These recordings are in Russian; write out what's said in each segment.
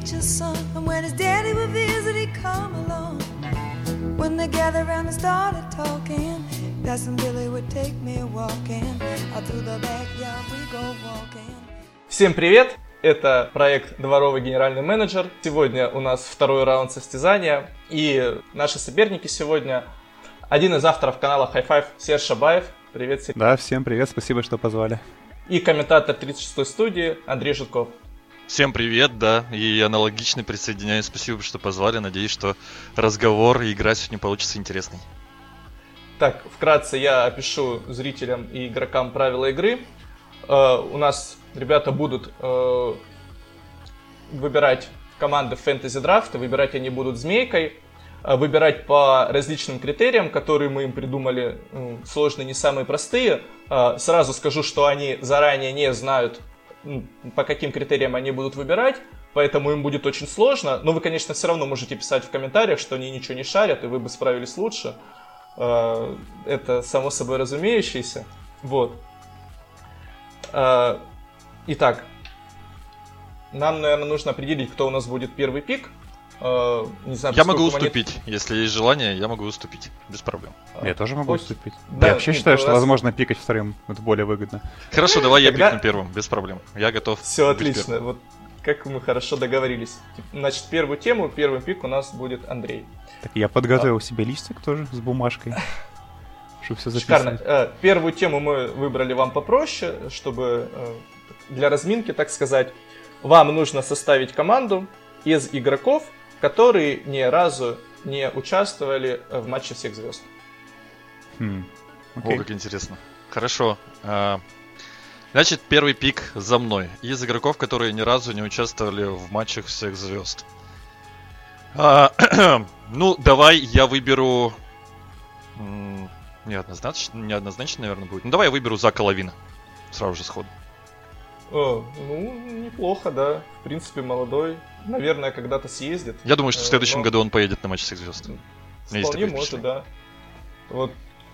preacher's son. And when his daddy would visit, he'd come along. When they gathered around and started talking, Cousin Billy would take me walking. Out through the backyard we go walking. Всем привет! Это проект «Дворовый генеральный менеджер». Сегодня у нас второй раунд состязания. И наши соперники сегодня один из авторов канала High Five Серж Шабаев. Привет, Серж. Да, всем привет, спасибо, что позвали. И комментатор 36-й студии Андрей Житков. Всем привет, да, и аналогично присоединяюсь. Спасибо, что позвали. Надеюсь, что разговор и игра сегодня получится интересной. Так, вкратце я опишу зрителям и игрокам правила игры. У нас ребята будут выбирать команды в фэнтези драфта. Выбирать они будут змейкой. Выбирать по различным критериям, которые мы им придумали, сложные, не самые простые. Сразу скажу, что они заранее не знают, по каким критериям они будут выбирать, поэтому им будет очень сложно. Но вы, конечно, все равно можете писать в комментариях, что они ничего не шарят, и вы бы справились лучше. Это само собой разумеющееся. Вот. Итак, нам, наверное, нужно определить, кто у нас будет первый пик. Не знаю, я могу уступить, если есть желание, я могу уступить, без проблем. Я тоже могу уступить. Да, я вообще считаю, что возможно пикать вторым, это более выгодно. Хорошо, давай я пикну первым, без проблем. Я готов. Все отлично, вот как мы хорошо договорились. Значит, первую тему, первый пик у нас будет Андрей. Так я подготовил себе листик тоже с бумажкой, чтобы все записывать. Шикарно. Первую тему мы выбрали вам попроще, чтобы для разминки, так сказать, вам нужно составить команду из игроков, которые ни разу не участвовали в матче всех звезд. О, как интересно. Хорошо. Значит, первый пик за мной. Из игроков, которые ни разу не участвовали в матчах всех звезд. Ну, давай я выберу... Неоднозначно, наверное, будет. Ну, давай я выберу Зака Лавина. Сразу же сходу. Неплохо, да. В принципе, молодой. Наверное, когда-то съездит. Я думаю, что в следующем году он поедет на матч всех звезд. Вполне может, да. Вот.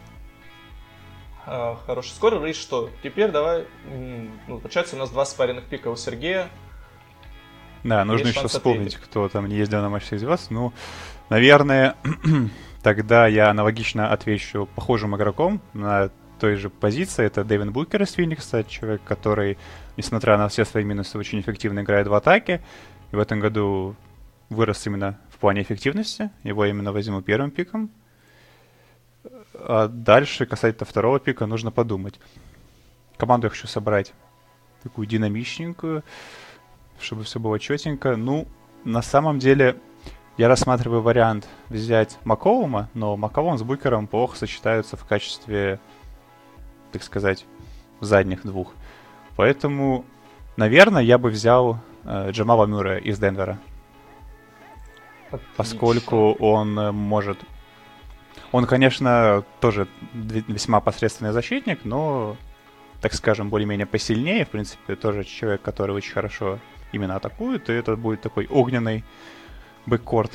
Хороший скоро рейс, что? Теперь давай. Получается, у нас 2 спаренных пика у Сергея. Да, нужно еще вспомнить, кто там не ездил на матч всех звезд. Ну, наверное, тогда я аналогично отвечу похожим игроком на той же позиции. Это Дэвин Букер из Феникса, человек, который, несмотря на все свои минусы, очень эффективно играет в атаке. И в этом году вырос именно в плане эффективности. Его именно возьму первым пиком. А дальше, касательно второго пика, нужно подумать. Команду я хочу собрать такую динамичненькую, чтобы все было четенько. Ну, на самом деле, я рассматриваю вариант взять Макколума, но Макколум с Букером плохо сочетаются в качестве, так сказать, задних двух. Поэтому, наверное, я бы взял Джамала Мюррея из Денвера. Отлично. Поскольку он может... Он, конечно, тоже весьма посредственный защитник, но, так скажем, более-менее посильнее. В принципе, тоже человек, который очень хорошо именно атакует. И это будет такой огненный бэккорт.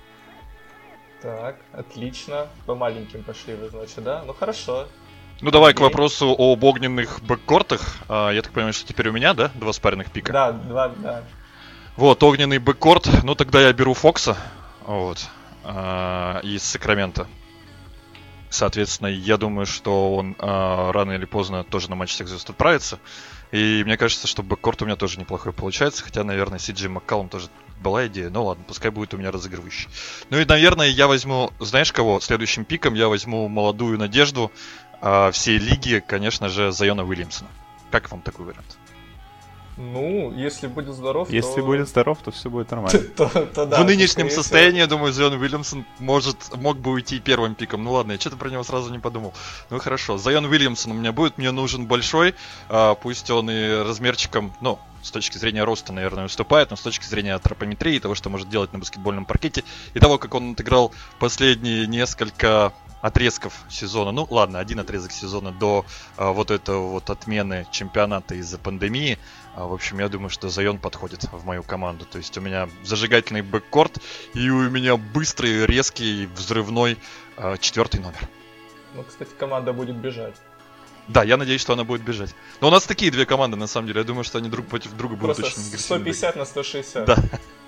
Так, отлично. По маленьким пошли вы, значит, да? Ну, хорошо. Ну, давай к вопросу об огненных бэккортах. Я так понимаю, что теперь у меня, да? 2 спаренных пика? Да, 2, да. Вот, огненный бэккорт. Ну, тогда я беру Фокса. Вот. Из Сакрамента. Соответственно, я думаю, что он рано или поздно тоже на матч всех звезд отправится. И мне кажется, что бэккорт у меня тоже неплохой получается. Хотя, наверное, Си-Джей Макколум тоже была идея. Ну ладно, пускай будет у меня разыгрывающий. Ну и, наверное, я возьму, знаешь кого? Следующим пиком я возьму молодую надежду всей лиги, конечно же, Зайона Уильямсона. Как вам такой вариант? Ну, если будет здоров, Если будет здоров, то все будет нормально. В нынешнем состоянии, я думаю, Зайон Уильямсон мог бы уйти первым пиком. Ну ладно, я что-то про него сразу не подумал. Ну хорошо, Зайон Уильямсон у меня будет, мне нужен большой. Пусть он и размерчиком, ну, с точки зрения роста, наверное, уступает, но с точки зрения антропометрии, того, что может делать на баскетбольном паркете, и того, как он отыграл последние несколько отрезков сезона, ну ладно, один отрезок сезона до вот этого вот отмены чемпионата из-за пандемии. В общем, я думаю, что Зайон подходит в мою команду. То есть у меня зажигательный бэккорт и у меня быстрый, резкий, взрывной 4-й номер. Ну, кстати, команда будет бежать. Да, я надеюсь, что она будет бежать. Но у нас такие две команды, на самом деле. Я думаю, что они друг против друга будут просто очень агрессивны. 150 на 160. Да.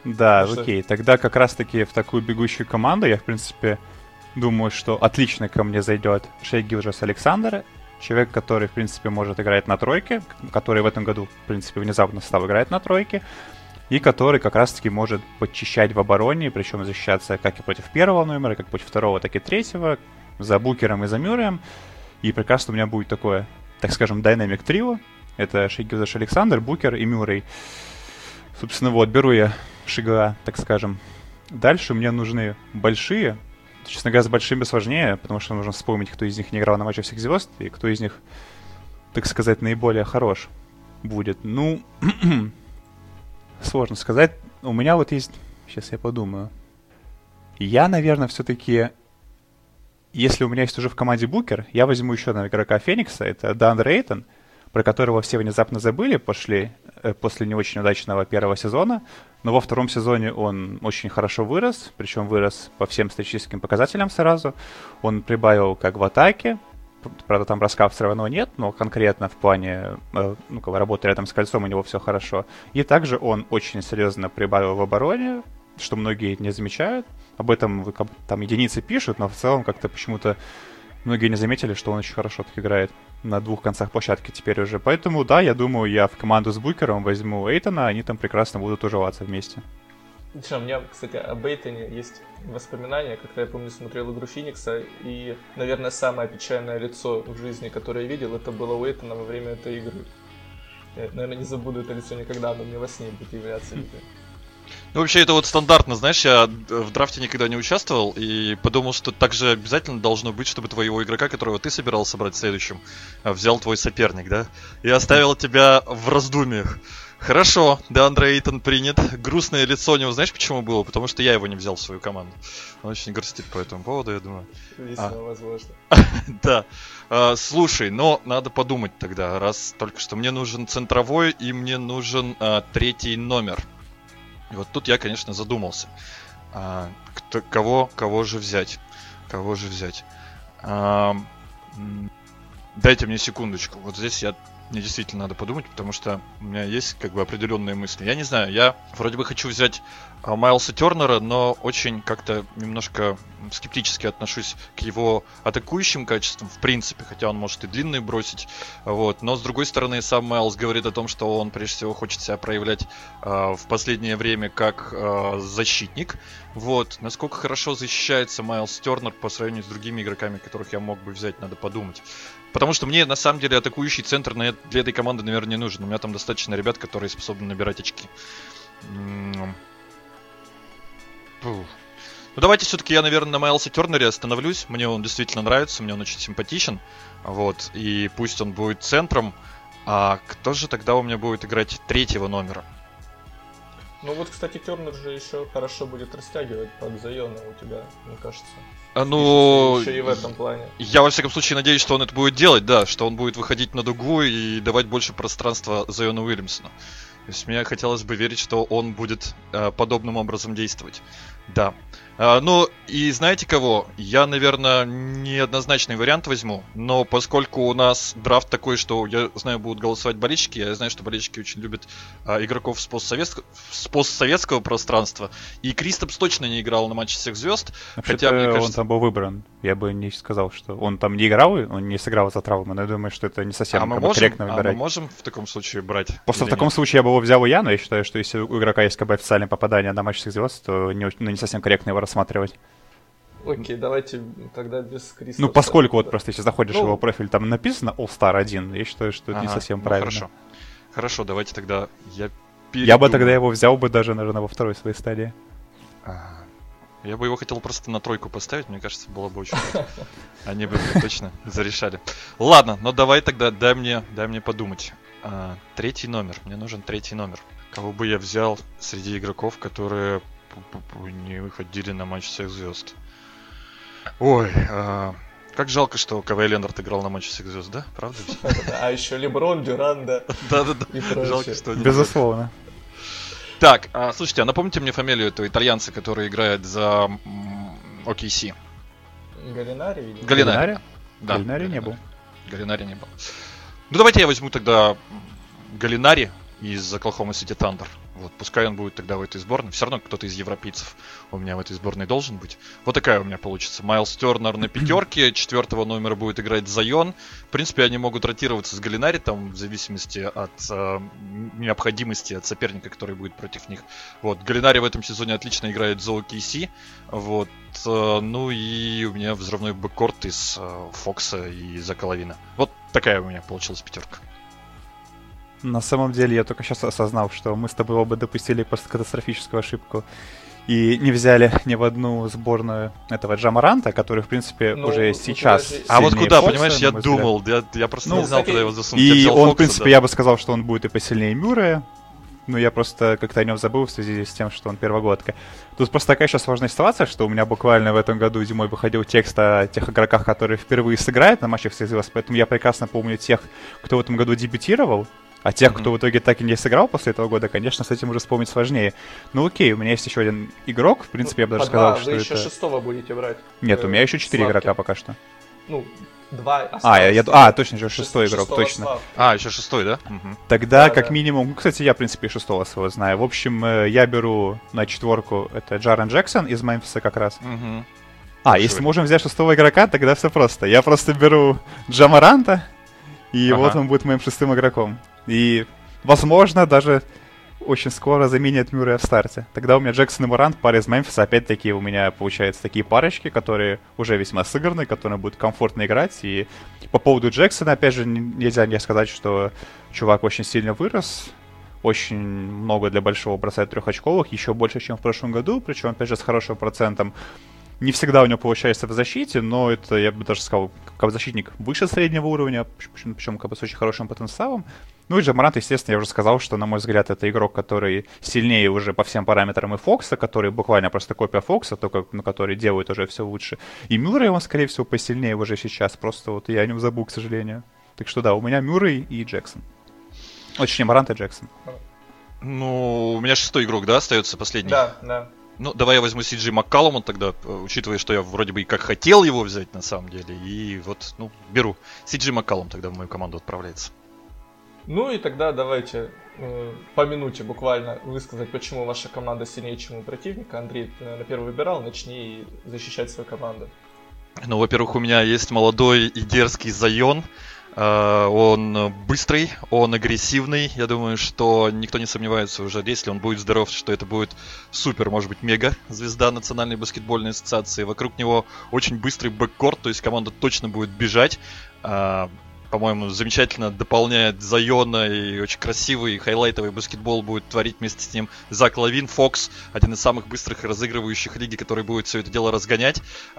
Да, окей. Тогда как раз-таки в такую бегущую команду я, в принципе, думаю, что отлично ко мне зайдет Шей Гилжес-Александр. Человек, который, в принципе, может играть на тройке, который в этом году, в принципе, внезапно стал играть на тройке, и который как раз-таки может подчищать в обороне, причем защищаться как и против первого номера, как против второго, так и третьего, за Букером и за Мюрреем. И прекрасно у меня будет такое, так скажем, динамик трио. Это Шей Гилжес-Александр, Букер и Мюррей. Собственно, вот, беру я Шига, так скажем. Дальше мне нужны большие. Честно говоря, с большими сложнее, потому что нужно вспомнить, кто из них не играл на матче всех звезд, и кто из них, так сказать, наиболее хорош будет. Ну, сложно сказать. У меня вот есть... Сейчас я подумаю. Я, наверное, все-таки... Если у меня есть уже в команде Букер, я возьму еще одного игрока Феникса. Это Деандре Эйтон, про которого все внезапно забыли после не очень удачного первого сезона. Но во втором сезоне он очень хорошо вырос, причем вырос по всем статистическим показателям сразу. Он прибавил как в атаке, правда там броска все равно нет, но конкретно в плане работы рядом с кольцом у него все хорошо. И также он очень серьезно прибавил в обороне, что многие не замечают. Об этом там единицы пишут, но в целом как-то почему-то многие не заметили, что он очень хорошо так играет на двух концах площадки теперь уже. Поэтому, да, я думаю, я в команду с Букером возьму Эйтона, они там прекрасно будут уживаться вместе. У меня, кстати, об Эйтоне есть воспоминания, когда я помню, смотрел игру Феникса, и, наверное, самое печальное лицо в жизни, которое я видел, это было у Эйтона во время этой игры. Я, наверное, не забуду это лицо никогда, оно мне во сне будет являться. Ну, вообще, это вот стандартно, знаешь, я в драфте никогда не участвовал и подумал, что так же обязательно должно быть, чтобы твоего игрока, которого ты собирался собрать следующим, взял твой соперник, да? И оставил тебя в раздумьях. Хорошо, Деандре Эйтон принят. Грустное лицо у него, знаешь, почему было? Потому что я его не взял в свою команду. Он очень грустит по этому поводу, я думаю. Весело, возможно. Да. Слушай, но надо подумать тогда, раз только что мне нужен центровой и мне нужен третий номер. И вот тут я, конечно, задумался. Кого же взять? Кого же взять? Дайте мне секундочку. Вот здесь мне действительно надо подумать, потому что у меня есть как бы определенные мысли. Я не знаю, я вроде бы хочу взять Майлса Тернера, но очень как-то немножко скептически отношусь к его атакующим качествам, в принципе, хотя он может и длинный бросить, вот. Но с другой стороны, сам Майлс говорит о том, что он прежде всего хочет себя проявлять в последнее время как защитник. Вот. Насколько хорошо защищается Майлс Тернер по сравнению с другими игроками, которых я мог бы взять, надо подумать. Потому что мне, на самом деле, атакующий центр для этой команды, наверное, не нужен. У меня там достаточно ребят, которые способны набирать очки. Ну, давайте все-таки я, наверное, на Майлсе Тернере остановлюсь. Мне он действительно нравится, мне он очень симпатичен. Вот. И пусть он будет центром. А кто же тогда у меня будет играть третьего номера? Ну вот, кстати, Тернер же еще хорошо будет растягивать под Зайона у тебя, мне кажется. Ну, еще и в этом плане. Я, во всяком случае, надеюсь, что он это будет делать, да, что он будет выходить на дугу и давать больше пространства Зайону Уильямсону. То есть мне хотелось бы верить, что он будет подобным образом действовать. Да. Ну, и знаете кого? Я, наверное, неоднозначный вариант возьму, но поскольку у нас драфт такой, что, я знаю, будут голосовать болельщики, я знаю, что болельщики очень любят игроков с постсоветского пространства, и Кристопс точно не играл на матче всех звезд, хотя, мне кажется... он там был выбран. Я бы не сказал, что он там не играл, он не сыграл за травму, но я думаю, что это не совсем корректно выбирать. А мы можем в таком случае брать? Просто в таком случае я бы его взял и я, но я считаю, что если у игрока есть как бы официальное попадание на матч всех звезд, то не совсем корректно его рассматривать. Окей, давайте тогда без Кристопса. Ну, поскольку вот просто если заходишь в его профиль, там написано All-Star 1, я считаю, что это не совсем правильно. Хорошо, давайте тогда я передумаю. Я бы тогда его взял бы даже, наверное, во второй своей стадии. Я бы его хотел просто на тройку поставить, мне кажется, было бы очень круто. Они бы точно зарешали. Ладно, но давай тогда, дай мне подумать. Третий номер, мне нужен третий номер. Кого бы я взял среди игроков, которые не выходили на матч всех звезд? Ой, как жалко, что Кавай Ленард играл на матче всех звезд, да? Правда? А еще Леброн, Дюран, да? Да-да-да, жалко, что... Безусловно. Так, слушайте, а напомните мне фамилию этого итальянца, который играет за OKC. Галинари, видимо? Галинари? Да. Галинари не был. Галинари не был. Ну, давайте я возьму тогда Галинари из Oklahoma City Thunder. Вот, пускай он будет тогда в этой сборной. Все равно кто-то из европейцев у меня в этой сборной должен быть. Вот такая у меня получится. Майлз Тернер на пятерке, 4-го номера будет играть Зайон. В принципе, они могут ротироваться с Галлинари, там, в зависимости от необходимости, от соперника, который будет против них. Вот, Галлинари в этом сезоне отлично играет за OKC. Вот, ну и у меня взрывной бэккорт из Фокса и Заколовина. Вот такая у меня получилась пятерка. На самом деле, я только сейчас осознал, что мы с тобой оба допустили просто катастрофическую ошибку и не взяли ни в одну сборную этого Джа Моранта, который, в принципе, уже сейчас... А вот куда, Фокса, понимаешь, я думал, я просто не знал, куда его засунуть. И он, Фокса, в принципе, я бы сказал, что он будет и посильнее Мюррея, но я просто как-то о нем забыл в связи с тем, что он первогодка. Тут просто такая сейчас сложная ситуация, что у меня буквально в этом году зимой выходил текст о тех игроках, которые впервые сыграют на матчах CSGO, поэтому я прекрасно помню тех, кто в этом году дебютировал. А тех, кто в итоге так и не сыграл после этого года, конечно, с этим уже вспомнить сложнее. Ну окей, у меня есть еще один игрок, в принципе, я бы даже сказал, что вы это... еще шестого будете брать. Нет, у меня еще 4 игрока пока что. Ну, 2 осталось. Точно, еще шестой игрок, точно. Слав. Еще шестой, да? Тогда, как минимум... Ну, кстати, я, в принципе, шестого своего знаю. В общем, я беру на четверку, это Джарен Джексон из Мемфиса как раз. Если можем взять шестого игрока, тогда все просто. Я просто беру Джа Моранта, и вот он будет моим шестым игроком. И, возможно, даже очень скоро заменят Мюррея в старте. Тогда у меня Джексон и Морант, пара из Мемфиса. Опять-таки у меня получаются такие парочки, которые уже весьма сыграны, которым будет комфортно играть. И по поводу Джексона, опять же, нельзя не сказать, что чувак очень сильно вырос. Очень много для большого бросает трехочковых, еще больше, чем в прошлом году. Причем, опять же, с хорошим процентом. Не всегда у него получается в защите, но это, я бы даже сказал, как защитник выше среднего уровня, причем как бы с очень хорошим потенциалом. Ну и Джа Морант, естественно, я уже сказал, что, на мой взгляд, это игрок, который сильнее уже по всем параметрам и Фокса, который буквально просто копия Фокса, только на который делает уже все лучше. И Мюррей, он, скорее всего, посильнее уже сейчас, просто вот я о нем забыл, к сожалению. Так что да, у меня Мюррей и Джексон. Точнее, Морант и Джексон. Ну, у меня шестой игрок, да, остается последний? Да. Ну, давай я возьму Си Джей Маккалума тогда, учитывая, что я вроде бы и как хотел его взять на самом деле. И вот, беру. Си Джей Маккалум тогда в мою команду отправляется. Ну и тогда давайте по минуте буквально высказать, почему ваша команда сильнее, чем у противника. Андрей, ты, наверное, первый выбирал, начни защищать свою команду. Ну, во-первых, у меня есть молодой и дерзкий Зайон. Он быстрый, он агрессивный. Я думаю, что никто не сомневается уже, если он будет здоров, что это будет супер, может быть, мега звезда Национальной баскетбольной ассоциации. Вокруг него очень быстрый бэккорт, то есть команда точно будет бежать. По-моему, замечательно дополняет Зайона, и очень красивый хайлайтовый баскетбол будет творить вместе с ним Зак Лавин, Фокс, один из самых быстрых разыгрывающих лиги, который будет все это дело разгонять.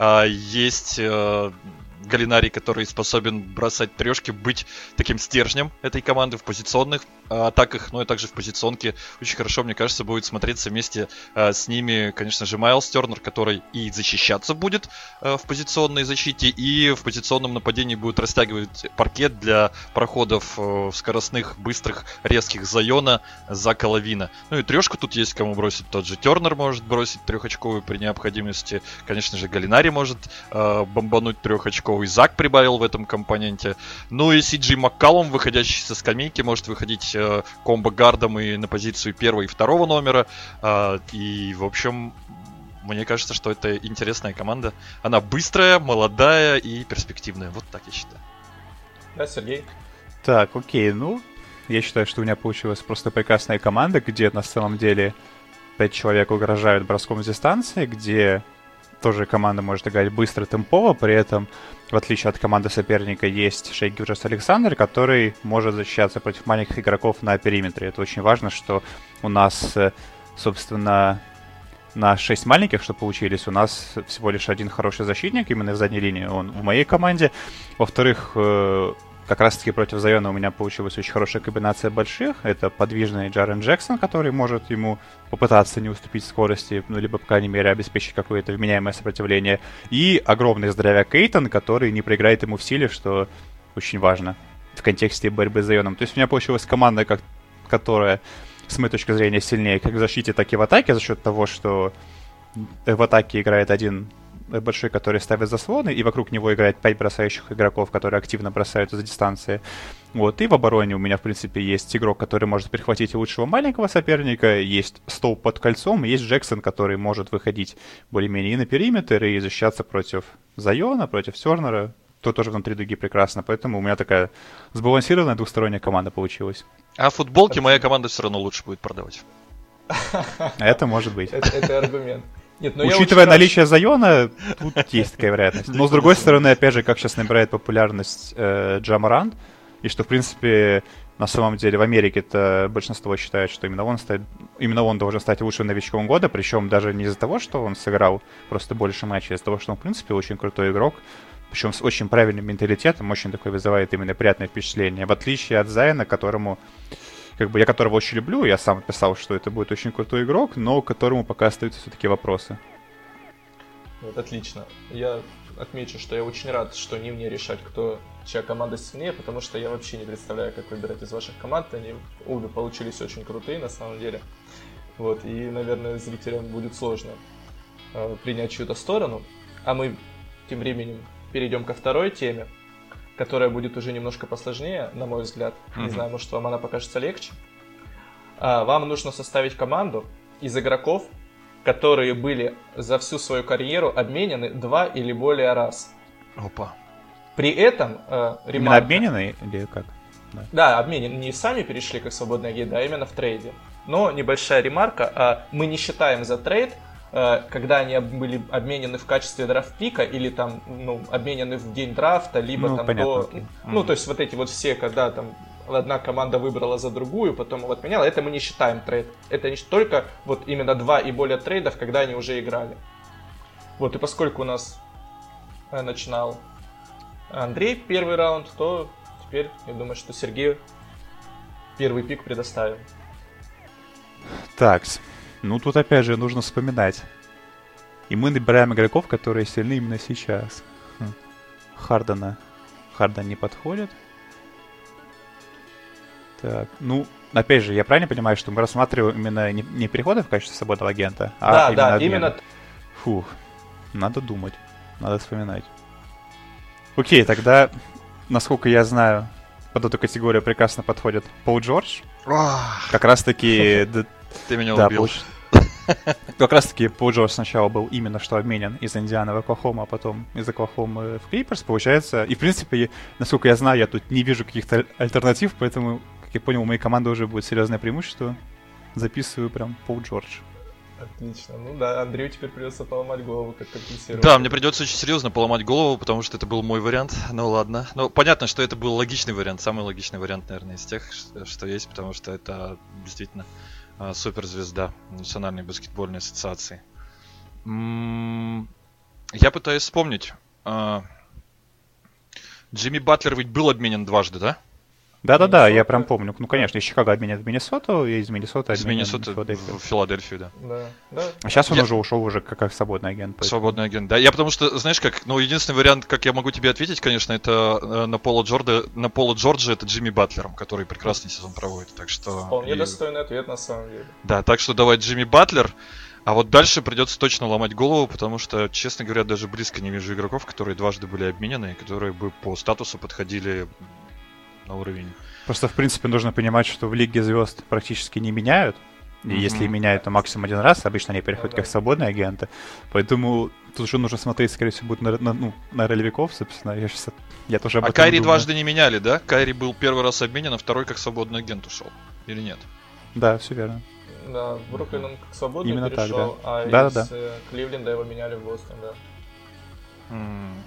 Есть Галлинари, который способен бросать трешки, быть таким стержнем этой команды в позиционных атаках, но и также в позиционке. Очень хорошо, мне кажется, будет смотреться вместе с ними, конечно же, Майлз Тернер, который и защищаться будет в позиционной защите, и в позиционном нападении будет растягивать паркет для проходов скоростных, быстрых, резких Зайона, Зака Лавина. Ну и трешку тут есть кому бросить. Тот же Тернер может бросить трехочковую при необходимости. Конечно же, Галлинари может бомбануть трехочковую. И Зак прибавил в этом компоненте. Ну и Си Джей Маккалум, выходящий со скамейки, может выходить комбо-гардом и на позицию первого и второго номера. И, в общем, мне кажется, что это интересная команда. Она быстрая, молодая и перспективная. Вот так я считаю. Да, Сергей? Так, окей, я считаю, что у меня получилась просто прекрасная команда, где на самом деле 5 человек угрожают броском с дистанции, где тоже команда может играть быстро, темпово, при этом, в отличие от команды соперника, есть Шей Гилgeous-Александр, который может защищаться против маленьких игроков на периметре. Это очень важно, что у нас, собственно, на 6 маленьких, что получились, у нас всего лишь один хороший защитник именно в задней линии, он в моей команде. Во-вторых, как раз-таки против Зайона у меня получилась очень хорошая комбинация больших. Это подвижный Джарен Джексон, который может ему попытаться не уступить скорости, либо, по крайней мере, обеспечить какое-то вменяемое сопротивление. И огромный здоровяк Кейтон, который не проиграет ему в силе, что очень важно в контексте борьбы с Зайоном. То есть у меня получилась команда, которая, с моей точки зрения, сильнее как в защите, так и в атаке, за счет того, что в атаке играет один большой, который ставит заслоны, и вокруг него играет 5 бросающих игроков, которые активно бросают за дистанции. Вот, и в обороне у меня, в принципе, есть игрок, который может перехватить лучшего маленького соперника, есть Стоуп под кольцом, и есть Джексон, который может выходить более-менее и на периметр, и защищаться против Зайона, против Тернера, то тоже внутри дуги прекрасно, поэтому у меня такая сбалансированная двухсторонняя команда получилась. А футболки моя команда все равно лучше будет продавать. Это может быть. Это аргумент. Нет, учитывая наличие Зайона, тут есть такая вероятность. Но с другой стороны, опять же, как сейчас набирает популярность Джа Морант, и что, в принципе, на самом деле в Америке-то большинство считает, что именно он должен стать лучшим новичком года, причем даже не из-за того, что он сыграл просто больше матчей, а из-за того, что он, в принципе, очень крутой игрок, причем с очень правильным менталитетом, очень такой вызывает именно приятное впечатление, в отличие от Зайона, которому... я которого очень люблю, я сам писал, что это будет очень крутой игрок, но к которому пока остаются все-таки вопросы. Вот, отлично. Я отмечу, что я очень рад, что не мне решать, чья команда сильнее, потому что я вообще не представляю, как выбирать из ваших команд. Они обе получились очень крутые, на самом деле. Вот, и, наверное, зрителям будет сложно принять чью-то сторону. А мы тем временем перейдем ко второй теме, которая будет уже немножко посложнее, на мой взгляд. Не знаю, может, вам она покажется легче. Вам нужно составить команду из игроков, которые были за всю свою карьеру обменены 2 или более раз. Опа. При этом именно обменены или как? Да, обменены. Не сами перешли как свободные агенты, а именно в трейде. Но небольшая ремарка. Мы не считаем за трейд, когда они были обменены в качестве драфт-пика или там, обменены в день драфта, либо там понятно, то есть вот эти вот все, когда там одна команда выбрала за другую, потом его отменяла, это мы не считаем трейд. Это не только вот именно 2 и более трейдов, когда они уже играли. Вот, и поскольку у нас начинал Андрей первый раунд, то теперь, я думаю, что Сергею первый пик предоставим. Так, тут опять же нужно вспоминать. И мы набираем игроков, которые сильны именно сейчас. Харден не подходит. Так, опять же, я правильно понимаю, что мы рассматриваем именно не переходы в качестве свободного агента, а именно... Фух, надо думать, надо вспоминать. Окей, тогда, насколько я знаю, под эту категорию прекрасно подходит Пол Джордж. Как раз-таки... Ты меня убил. Как раз-таки Пол Джордж сначала был именно что обменен из Индианы в Оклахому, а потом из Оклахомы в Клиперс, получается. И, в принципе, насколько я знаю, я тут не вижу каких-то альтернатив, поэтому, как я понял, у моей команды уже будет серьезное преимущество. Записываю прям Пол Джордж. Отлично. Андрею теперь придется поломать голову, как компенсировать. Да, мне придется очень серьезно поломать голову, потому что это был мой вариант. Ну ладно. Понятно, что это был логичный вариант, самый логичный вариант, наверное, из тех, что есть, потому что это действительно суперзвезда Национальной баскетбольной ассоциации. Я пытаюсь вспомнить. Джимми Батлер ведь был обменен дважды, да? Да, я прям помню. Конечно, из Чикаго обменят в Миннесоту, и из Миннесоты обменят в Филадельфию, да. А сейчас он уже ушел как свободный агент. Свободный агент, да. Я потому что, знаешь как, единственный вариант, как я могу тебе ответить, конечно, это на Пола Джорджа, это Джимми Батлером, который прекрасный сезон проводит, так что... Вполне достойный ответ, на самом деле. Да, так что давай Джимми Батлер, а вот дальше придется точно ломать голову, потому что, честно говоря, даже близко не вижу игроков, которые дважды были обменены, и которые бы по статусу подходили на уровень. Просто, в принципе, нужно понимать, что в Лиге звезд практически не меняют. И если меняют, то максимум один раз. Обычно они переходят как свободные агенты. Поэтому тут уже нужно смотреть, скорее всего, будет на ролевиков, собственно. Я тоже об этом Кайри думаю. Дважды не меняли, да? Кайри был первый раз обменен, а второй как свободный агент ушел. Или нет? Да, все верно. Да, Бруклин он как свободный именно перешел, так, да. Из Кливленда его меняли в Бостон, да.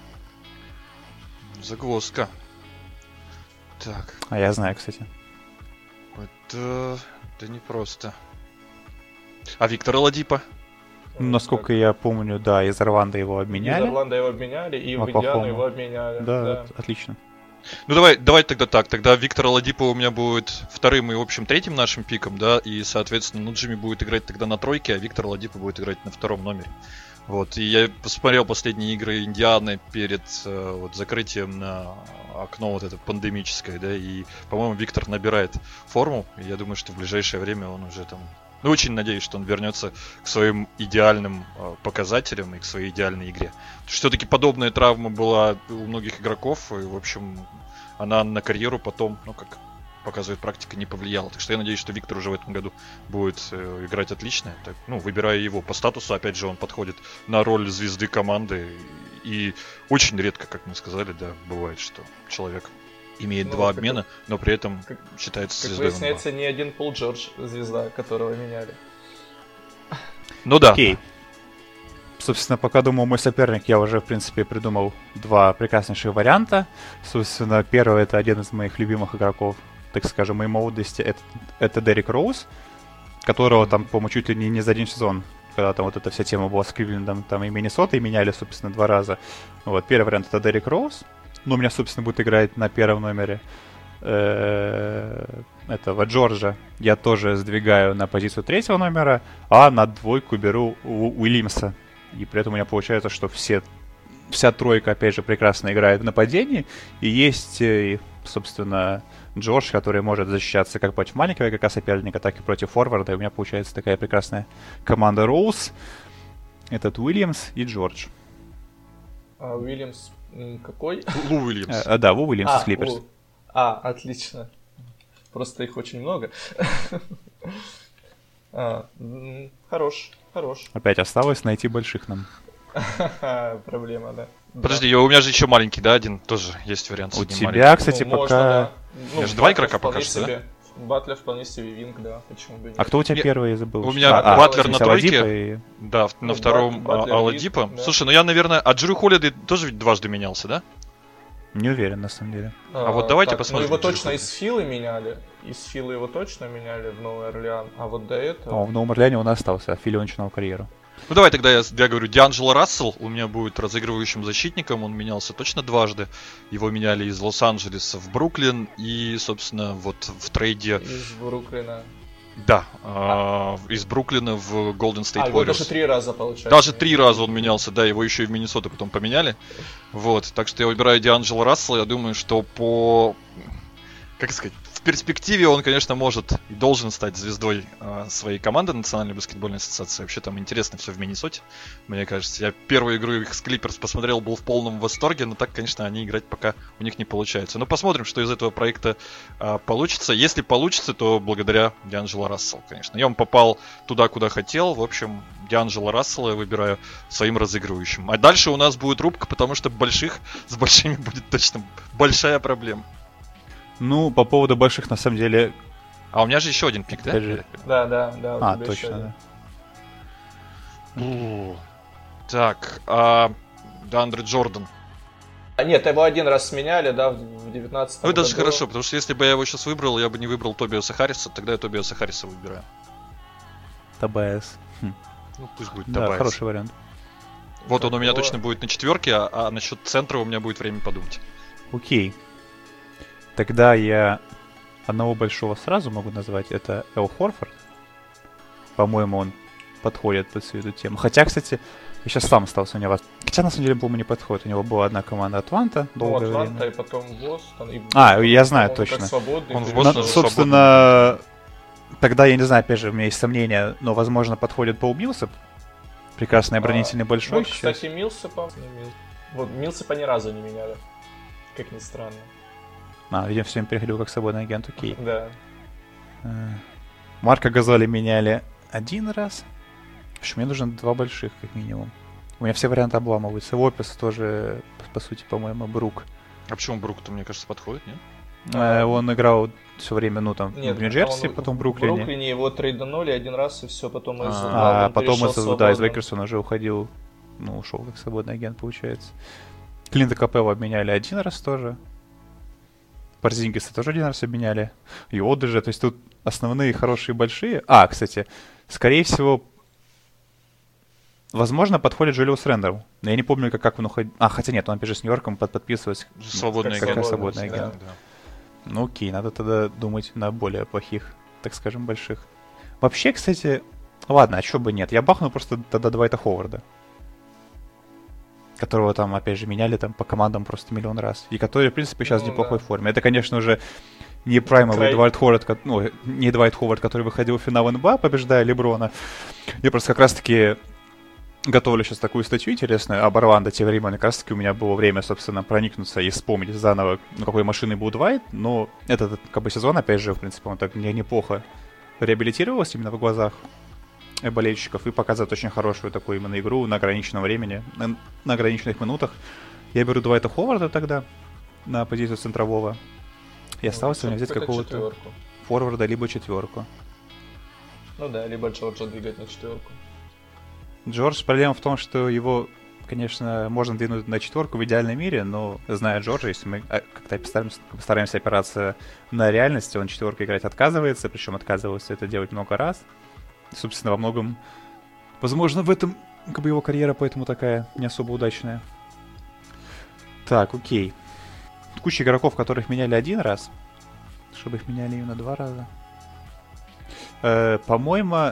Загвоздка. Так. А я знаю, кстати. Это непросто. А Виктора Ладипа? Насколько я помню, да, из Орландо его обменяли. Из Орландо его обменяли, и в Индиану его обменяли. Да, отлично. Давай тогда так. Тогда Виктор Ладипа у меня будет вторым и, в общем, третьим нашим пиком, да, и, соответственно, Джимми будет играть тогда на тройке, а Виктор Ладипа будет играть на втором номере. Вот, и я посмотрел последние игры Индианы перед закрытием на окно вот это пандемическое, да, и, по-моему, Виктор набирает форму, и я думаю, что в ближайшее время он уже там Ну, очень надеюсь, что он вернется к своим идеальным показателям и к своей идеальной игре. Все-таки подобная травма была у многих игроков, и, в общем, она на карьеру потом, ну, как показывает практика, не повлияла. Так что я надеюсь, что Виктор уже в этом году будет играть отлично. Так, ну, выбирая его по статусу, опять же, он подходит на роль звезды команды. И очень редко, как мы сказали, да, бывает, что человек имеет два обмена, но при этом считается звездой. Как выясняется, не один Пол Джордж звезда, которого меняли. Ну да. Окей. Собственно, пока думал мой соперник, я уже, в принципе, придумал два прекраснейших варианта. Собственно, первый — это один из моих любимых игроков, так скажем, моей молодости. Это Деррик Роуз, которого там, по-моему, чуть ли не за один сезон, когда там вот эта вся тема была с Кливлендом, там и Миннесотой меняли, собственно, 2 раза. Вот, первый вариант — это Деррик Роуз. Ну, у меня, собственно, будет играть на первом номере этого Джорджа. Я тоже сдвигаю на позицию 3-го номера, а на 2-ку беру Уильямса. И при этом у меня получается, что вся тройка, опять же, прекрасно играет в нападении. И есть, собственно, Джордж, который может защищаться как против маленького игрока соперника, так и против форварда. И у меня получается такая прекрасная команда Роуз. Этот Уильямс и Джордж. А Уильямс какой? Лу Уильямс. Да, Лу Уильямс из Клиперс. Отлично. Просто их очень много. Хорош. Опять осталось найти больших нам. Проблема, да. Подожди, у меня же еще маленький, да, один тоже есть вариант. У тебя, кстати, пока... Можно, у меня же 2 игрока пока что, да? Батлер вполне себе винг, да, почему бы нет. А кто у тебя первый, я забыл? У меня Батлер на тройке, и... да, на втором Аладипа. Да. Слушай, ну я, наверное, Джеру Холлидей тоже ведь дважды менялся, да? Не уверен, на самом деле. А вот давайте посмотрим. Ну его точно из Филы меняли. Из Филы его точно меняли в Новый Орлеан. А вот до этого... В Новом Орлеане он остался, а в Филе он начинал карьеру. Ну давай тогда я говорю, Дианджело Рассел у меня будет разыгрывающим защитником, он менялся точно дважды. Его меняли из Лос-Анджелеса в Бруклин и, собственно, вот в трейде... Из Бруклина. Да, из Бруклина в Golden State Warriors. Даже 3 раза, получается. Даже 3 раза он менялся, да, его еще и в Миннесоту потом поменяли. Вот, так что я выбираю Дианджело Рассела, я думаю, что как сказать, в перспективе он, конечно, может и должен стать звездой своей команды Национальной баскетбольной ассоциации. Вообще там интересно все в Миннесоте, мне кажется. Я первую игру их с Клиперс посмотрел, был в полном восторге, но так, конечно, они играть пока у них не получается. Но посмотрим, что из этого проекта получится. Если получится, то благодаря Дианджело Расселу, конечно. Я попал туда, куда хотел. В общем, Дианджело Рассела я выбираю своим разыгрывающим. А дальше у нас будет рубка, потому что с большими будет точно большая проблема. Ну, по поводу больших, на самом деле... А у меня же еще один пик, да? Да. Точно, да. Так, Деандре Джордан. Нет, его один раз сменяли, да, в 19-м Ну, это даже хорошо, потому что если бы я его сейчас выбрал, я бы не выбрал Тобиаса Харриса, тогда я Тобиаса Харриса выбираю. Тобиас. Ну, пусть будет Тобиас. Да, хороший вариант. Вот он у меня точно будет на 4, а насчет центра у меня будет время подумать. Окей. Тогда я одного большого сразу могу назвать. Это Эл Хорфорд. По-моему, он подходит под всю эту тему. Хотя, кстати, я сейчас сам остался у него. Хотя, на самом деле, по-моему, не подходит. У него была одна команда Атланта долгое время. Атланта и потом Бостон. Я знаю, точно. Он в Бостоне собственно, тогда, я не знаю, опять же, у меня есть сомнения, но, возможно, подходит Пол Милсап. Прекрасный оборонительный большой. Вот, кстати, Милсапа ни разу не меняли. Как ни странно. Видимо, все время переходил как свободный агент, окей. Да. Марко Газоли меняли 1 раз. В общем, мне нужно 2 больших, как минимум. У меня все варианты обламываются. Лопес тоже, по сути, по-моему, Брук. А почему Брук-то, мне кажется, подходит, нет? Он играл все время, в Нью-Джерси, потом в Бруклине. В Бруклине его трейданули 1 раз, и все, потом потом из Лейкерса он уже уходил, ушел как свободный агент, получается. Клинта Капелло обменяли 1 раз тоже. Порзингиса тоже 1 раз обменяли. И Одежа, то есть тут основные хорошие большие. Кстати, скорее всего, возможно, подходит Джулиус Рэндалл. Но я не помню, как он уходил. Хотя нет, он опять же с Нью-Йорком подписывается. Свободный агент. Да. Ну окей, надо тогда думать на более плохих, так скажем, больших. Вообще, кстати, ладно, а чё бы нет. Я бахну просто тогда Двайта Ховарда, которого там, опять же, меняли там по командам просто миллион раз. И который, в принципе, сейчас в неплохой форме. Это, конечно, уже не праймовый Двайт Ховард, ну, не Двайт Ховард, который выходил в финал НБА, побеждая Леброна. Я просто как раз-таки готовлю сейчас такую статью интересную об Орландо те времена. Как раз-таки у меня было время, собственно, проникнуться и вспомнить заново, ну, какой машиной был Двайт. Но этот, как бы, сезон, опять же, в принципе, он так неплохо реабилитировался именно в глазах болельщиков и показывает очень хорошую такую именно игру на ограниченном времени, на ограниченных минутах. Я беру Двайта Ховарда тогда на позицию центрового. И осталось у меня взять какого-то форварда, либо четверку. Ну да, либо Джорджа двигать на четверку. Джордж, проблема в том, что его, конечно, можно двинуть на четверку в идеальном мире, но, зная Джорджа, если мы как-то постараемся опираться на реальность, он четверку играть отказывается, причем отказывался это делать много раз. Собственно, во многом, возможно, в этом как бы его карьера поэтому такая не особо удачная. Так, окей. Куча игроков, которых меняли один раз, чтобы их меняли именно 2 раза. По-моему,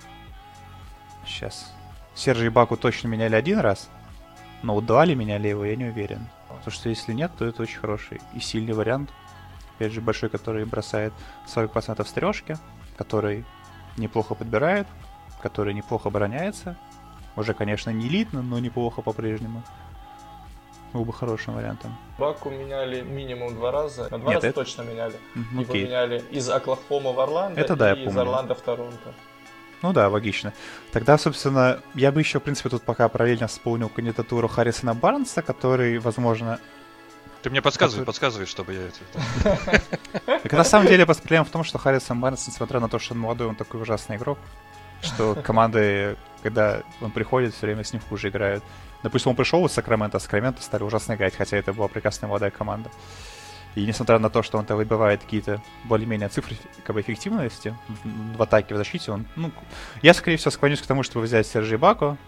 сейчас. Сержа Ибаку точно меняли 1 раз, но вот 2 ли меняли его, я не уверен. Потому что если нет, то это очень хороший и сильный вариант. Опять же, большой, который бросает 40% с трешки, который неплохо подбирает, который неплохо обороняется. Уже, конечно, не элитно, но неплохо по-прежнему. Был бы хорошим вариантом. Баку меняли минимум 2 раза. На 2 раза точно меняли. Его меняли из Оклахомы в Орландо это, да, и из Орландо в Торонто. Ну да, логично. Тогда, собственно, я бы еще, в принципе, тут пока параллельно вспомнил кандидатуру Харрисона Барнса, который, возможно... Ты мне подсказывай, чтобы я это... Так на самом деле проблема в том, что Харрисон Барнс, несмотря на то, что он молодой, он такой ужасный игрок, что команды, когда он приходит, все время с ним хуже играют. Допустим, он пришел из Сакрамента, а Сакраменто стали ужасно играть, хотя это была прекрасная молодая команда. И несмотря на то, что он-то выбивает какие-то более-менее цифры как бы эффективности в атаке, в защите, он... Ну, я, скорее всего, склонюсь к тому, чтобы взять Сержа Ибаку.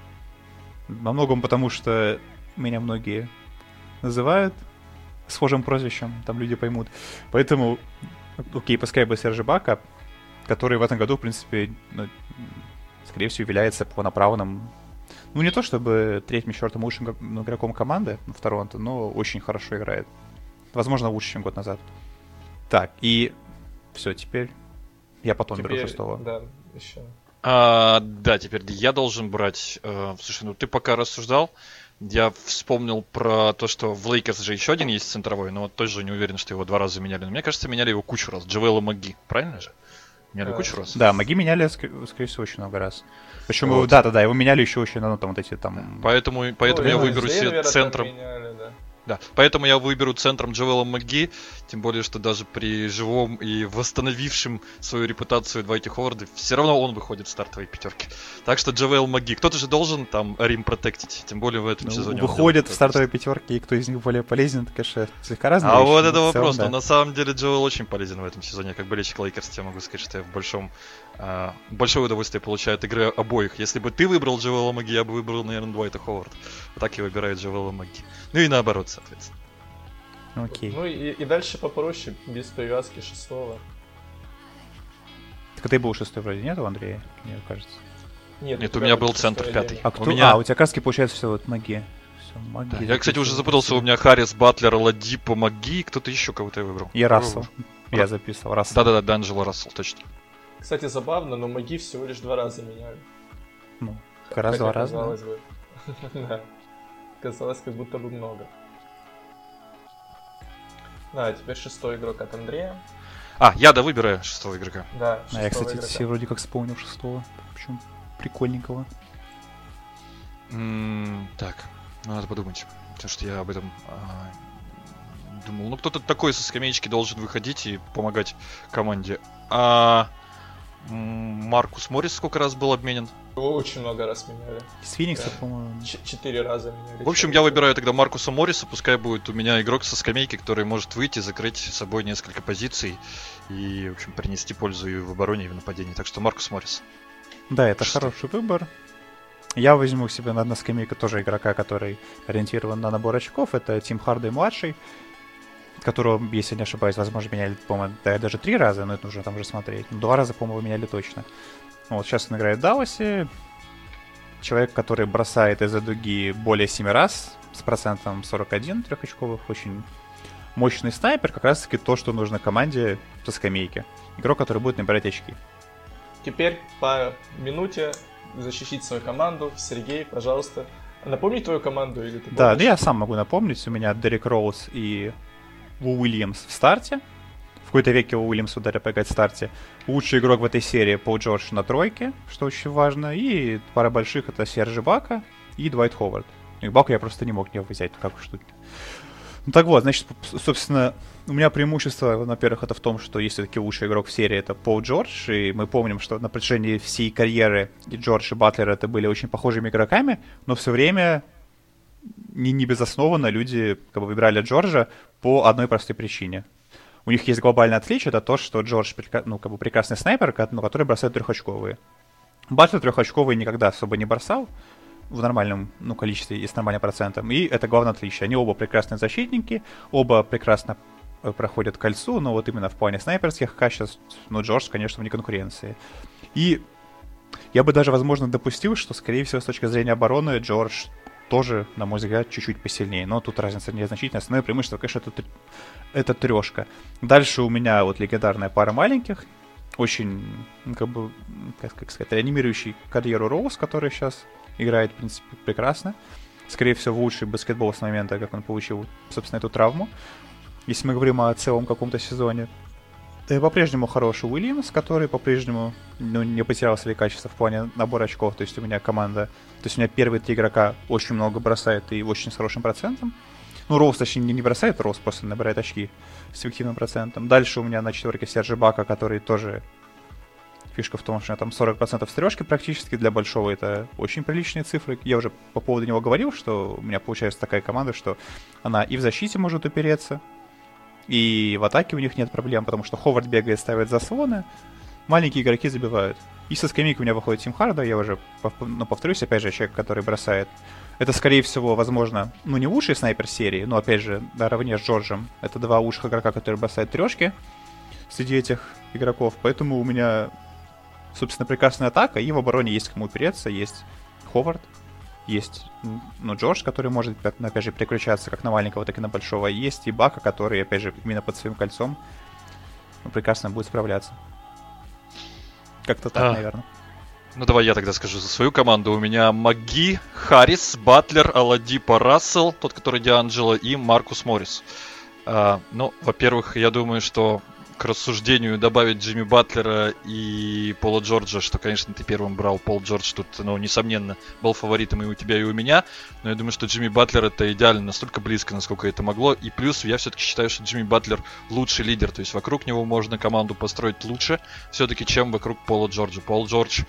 Во многом потому, что меня многие называют схожим прозвищем, там люди поймут. Поэтому, окей, пускай бы Серж Ибака, который в этом году, в принципе, ну, скорее всего, является полноправным, ну, не то чтобы третьим-четвертым лучшим игроком команды в Торонто, но очень хорошо играет. Возможно, лучше, чем год назад. Так, и все, теперь я потом беру 6-го. Да, еще. Да, теперь я должен брать... Слушай, ну ты пока рассуждал, я вспомнил про то, что в Лейкерс же еще один есть центровой, но вот тоже не уверен, что его 2 раза меняли. Но мне кажется, меняли его кучу раз. Джавела Маги, правильно же? Меняли кучу раз? Да, Маги меняли, скорее всего, очень много раз. Причем, вот. Да, его меняли еще очень, ну, там вот эти там... Поэтому я выберу себе центром... Меняли, да. Да, поэтому я выберу центром Джавела Маги, тем более, что даже при живом и восстановившем свою репутацию Двайте Ховарда, все равно он выходит в стартовой пятерке. Так что Джавел Маги. Кто-то же должен там Рим протектить, тем более в этом сезоне. Выходит в стартовой пятерке, и кто из них более полезен, это, конечно, слегка разные вещи. Вот это вопрос, да. Но на самом деле Джавел очень полезен в этом сезоне. Как болельщик Лейкерс, я могу сказать, что я в большое удовольствие получаю от игры обоих. Если бы ты выбрал Джавела Маги, я бы выбрал, наверное, Двайта Ховарда. Вот так я выбираю Джавела Маги. Ну и наоборот, соответственно. Окей. Ну и дальше попроще, без привязки 6-го. Так ты был 6-й вроде, нет, у Андрея, мне кажется? Нет, у меня был центр 5-й. А кто? У тебя краски получается все вот Маги. Да, я, кстати, уже запутался, у меня Харрис, Батлер, Ладипо, Маги, кто-то еще кого-то я выбрал. И Рассел. Я записывал, Рассел. Да-да-да, D'Angelo Рассел, точно. Кстати, забавно, но Маги всего лишь 2 раза меняли. Ну, раз 2 раза. Казалось бы. Да. Казалось, как будто бы много. Да, теперь 6-й игрок от Андрея. Я выбираю 6-го игрока. Да, я, кстати, себе вроде как вспомнил 6-го. Причем прикольненького. Так, надо подумать. Потому что я об этом думал. Ну, кто-то такой со скамеечки должен выходить и помогать команде. Маркус Моррис сколько раз был обменен? Его очень много раз меняли. С Феникса, по-моему. 4 раза меняли. В общем, я выбираю тогда Маркуса Морриса. Пускай будет у меня игрок со скамейки, который может выйти, закрыть собой несколько позиций и, в общем, принести пользу и в обороне, и в нападении. Так что Маркус Моррис. Да, это хороший выбор. Я возьму себе на скамейку тоже игрока, который ориентирован на набор очков. Это Тим Хардей-младший, которого, если не ошибаюсь, возможно, меняли, по-моему, даже 3 раза, но это нужно там уже смотреть. 2 раза, по-моему, меняли точно. Вот, сейчас он играет в Далласе. Человек, который бросает из-за дуги более 7 раз с процентом 41 трехочковых. Очень мощный снайпер как раз-таки то, что нужно команде со скамейки. Игрок, который будет набирать очки. Теперь по минуте защитить свою команду. Сергей, пожалуйста. Напомни твою команду или ты помнишь? Да, я сам могу напомнить. У меня Дерек Роуз и Ву Уильямс в старте. В какой-то веке Ву Уильямс ударил по старте. Лучший игрок в этой серии Пол Джордж на тройке, что очень важно. И пара больших — это Серж Ибака и Двайт Ховард. Ибаку я просто не мог его взять, как уж тут. Ну так вот, значит, собственно, у меня преимущество, во-первых, это в том, что есть все-таки лучший игрок в серии, это Пол Джордж, и мы помним, что на протяжении всей карьеры и Джордж, и Батлер это были очень похожими игроками, но все время не безоснованно люди как бы выбирали Джорджа по одной простой причине. У них есть глобальное отличие, это то, что Джордж прекрасный снайпер, который бросает трехочковые. Батлер трехочковые никогда особо не бросал в нормальном количестве и с нормальным процентом. И это главное отличие. Они оба прекрасные защитники, оба прекрасно проходят кольцу, но вот именно в плане снайперских качеств, Джордж, конечно, вне конкуренции. И я бы даже, возможно, допустил, что, скорее всего, с точки зрения обороны, Джордж тоже, на мой взгляд, чуть-чуть посильнее. Но тут разница незначительная. Основное преимущество, конечно, это трешка. Дальше у меня вот легендарная пара маленьких. Очень, как сказать, реанимирующий карьеру Роуз, который сейчас играет, в принципе, прекрасно. Скорее всего, лучший баскетбол с момента, как он получил, собственно, эту травму. Если мы говорим о целом каком-то сезоне. И по-прежнему хороший Уильямс, который по-прежнему не потерял свои качества в плане набора очков. То есть у меня команда... То есть у меня первые 3 игрока очень много бросают и очень с хорошим процентом. Роуз, точнее, не бросает, Роуз просто набирает очки с эффективным процентом. Дальше у меня на 4-ке Серж Ибака, который тоже... Фишка в том, что у него там 40% с трешки практически. Для большого это очень приличные цифры. Я уже по поводу него говорил, что у меня получается такая команда, что она и в защите может упереться, и в атаке у них нет проблем, потому что Ховард бегает, ставит заслоны, маленькие игроки забивают. И со скамейки у меня выходит Тим Харда, я уже повторюсь, опять же, человек, который бросает. Это, скорее всего, возможно, не лучший снайпер серии, но, опять же, наравне с Джорджем. Это 2 лучших игрока, которые бросают трешки среди этих игроков, поэтому у меня... Собственно, прекрасная атака, и в обороне есть кому упереться, есть Ховард, есть, Джордж, который может, опять же, переключаться как на маленького, так и на большого, есть и Бака, который, опять же, именно под своим кольцом прекрасно будет справляться. Как-то так, наверное. Ну, давай я тогда скажу за свою команду. У меня Маги, Харрис, Батлер, Аладипо, Рассел, тот, который Дианджело, и Маркус Моррис. Во-первых, я думаю, что к рассуждению добавить Джимми Батлера и Пола Джорджа, что, конечно, ты первым брал Пол Джордж, тут, несомненно, был фаворитом и у тебя, и у меня, но я думаю, что Джимми Батлер это идеально, настолько близко, насколько это могло, и плюс я все-таки считаю, что Джимми Батлер лучший лидер, то есть вокруг него можно команду построить лучше, все-таки, чем вокруг Пола Джорджа. Пол Джордж